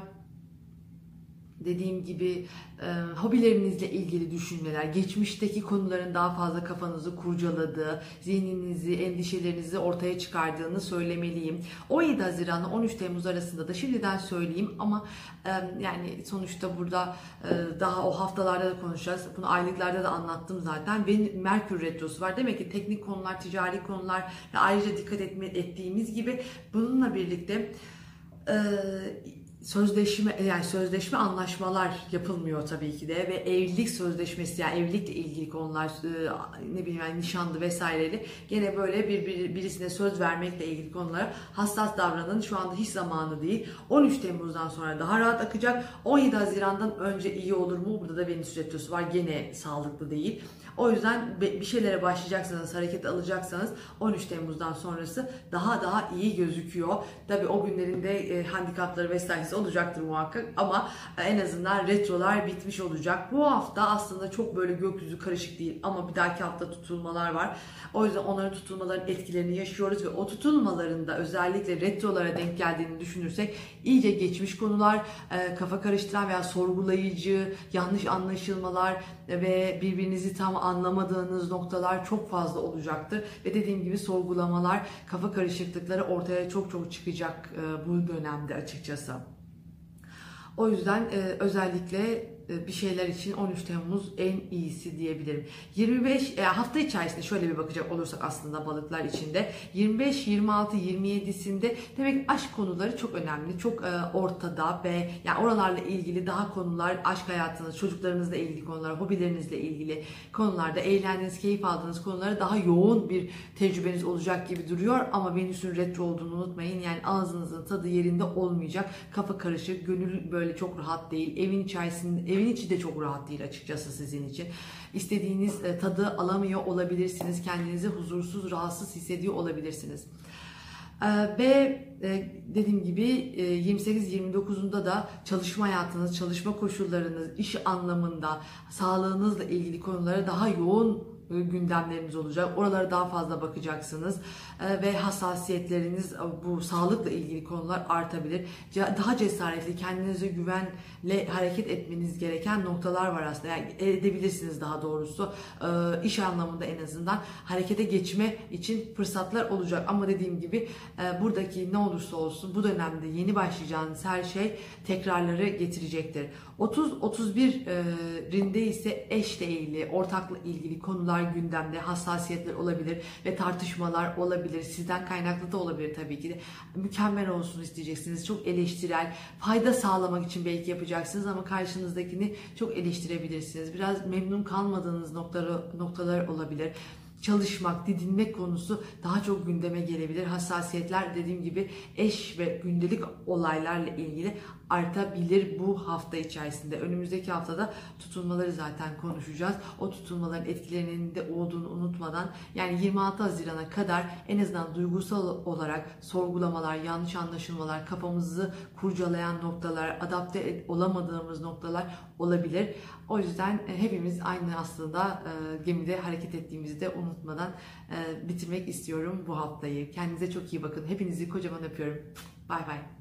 dediğim gibi e, hobilerinizle ilgili düşünmeler, geçmişteki konuların daha fazla kafanızı kurcaladığı, zihninizi, endişelerinizi ortaya çıkardığını söylemeliyim. on yedi Haziran on üç Temmuz arasında da şimdiden söyleyeyim ama e, yani sonuçta burada e, daha o haftalarda da konuşacağız. Bunu aylıklarda da anlattım zaten. Ve Merkür Retrosu var. Demek ki teknik konular, ticari konular ve ayrıca dikkat etme, ettiğimiz gibi bununla birlikte e, sözleşme yani sözleşme anlaşmalar yapılmıyor tabii ki de ve evlilik sözleşmesi yani evlilikle ilgili konular ne bileyim yani nişanlı vesaireli gene böyle bir, bir birisine söz vermekle ilgili konulara hassas davranın. Şu anda hiç zamanı değil. on üç Temmuz'dan sonra daha rahat akacak. on yedi Haziran'dan önce iyi olur mu? Burada da Venüs retrosu var. Gene sağlıklı değil. O yüzden bir şeylere başlayacaksanız, hareket alacaksanız on üç Temmuz'dan sonrası daha daha iyi gözüküyor. Tabii o günlerinde e, handikapları vesairesi olacaktır muhakkak ama en azından retrolar bitmiş olacak. Bu hafta aslında çok böyle gökyüzü karışık değil ama bir dahaki hafta tutulmalar var. O yüzden onların tutulmaların etkilerini yaşıyoruz ve o tutulmaların da özellikle retrolara denk geldiğini düşünürsek iyice geçmiş konular, e, kafa karıştıran veya sorgulayıcı, yanlış anlaşılmalar ve birbirinizi tam anlamadığınız noktalar çok fazla olacaktır. Ve dediğim gibi sorgulamalar, kafa karışıklıkları ortaya çok çok çıkacak e, bu dönemde açıkçası. O yüzden e, özellikle bir şeyler için on üç Temmuz en iyisi diyebilirim. yirmi beş e, hafta içerisinde şöyle bir bakacak olursak aslında balıklar içinde yirmi beş, yirmi altı, yirmi yedisinde demek aşk konuları çok önemli. Çok e, ortada ve yani oralarla ilgili daha konular, aşk hayatınız, çocuklarınızla ilgili konular, hobilerinizle ilgili konularda, eğlendiğiniz, keyif aldığınız konulara daha yoğun bir tecrübeniz olacak gibi duruyor ama Venüs'ün retro olduğunu unutmayın. Yani ağzınızın tadı yerinde olmayacak. Kafa karışık, gönül böyle çok rahat değil. Evin içerisinde Evin içi de çok rahat değil açıkçası sizin için. İstediğiniz tadı alamıyor olabilirsiniz. Kendinizi huzursuz, rahatsız hissediyor olabilirsiniz. Ve dediğim gibi yirmi sekiz yirmi dokuzunda da çalışma hayatınız, çalışma koşullarınız, iş anlamında, sağlığınızla ilgili konulara daha yoğun gündemleriniz olacak. Oralara daha fazla bakacaksınız ve hassasiyetleriniz, bu sağlıkla ilgili konular artabilir. Daha cesaretli, kendinize güvenle hareket etmeniz gereken noktalar var aslında. Yani edebilirsiniz daha doğrusu. İş anlamında en azından harekete geçme için fırsatlar olacak. Ama dediğim gibi buradaki ne olursa olsun bu dönemde yeni başlayacağınız her şey tekrarları getirecektir. otuz otuz birinde ise eşle ilgili, ortakla ilgili konular gündemde, hassasiyetler olabilir ve tartışmalar olabilir. Sizden kaynaklı da olabilir tabii ki de. Mükemmel olsun isteyeceksiniz. Çok eleştirel, fayda sağlamak için belki yapacaksınız ama karşınızdakini çok eleştirebilirsiniz. Biraz memnun kalmadığınız noktaları, noktalar olabilir. Çalışmak, didinmek konusu daha çok gündeme gelebilir. Hassasiyetler dediğim gibi eş ve gündelik olaylarla ilgili artabilir bu hafta içerisinde. Önümüzdeki haftada tutulmaları zaten konuşacağız. O tutulmaların etkilerinin de olduğunu unutmadan yani yirmi altı Haziran'a kadar en azından duygusal olarak sorgulamalar, yanlış anlaşılmalar, kafamızı kurcalayan noktalar, adapte olamadığımız noktalar olabilir. O yüzden hepimiz aynı aslında gemide hareket ettiğimizi de unutmadan bitirmek istiyorum bu haftayı. Kendinize çok iyi bakın. Hepinizi kocaman öpüyorum. Bay bay.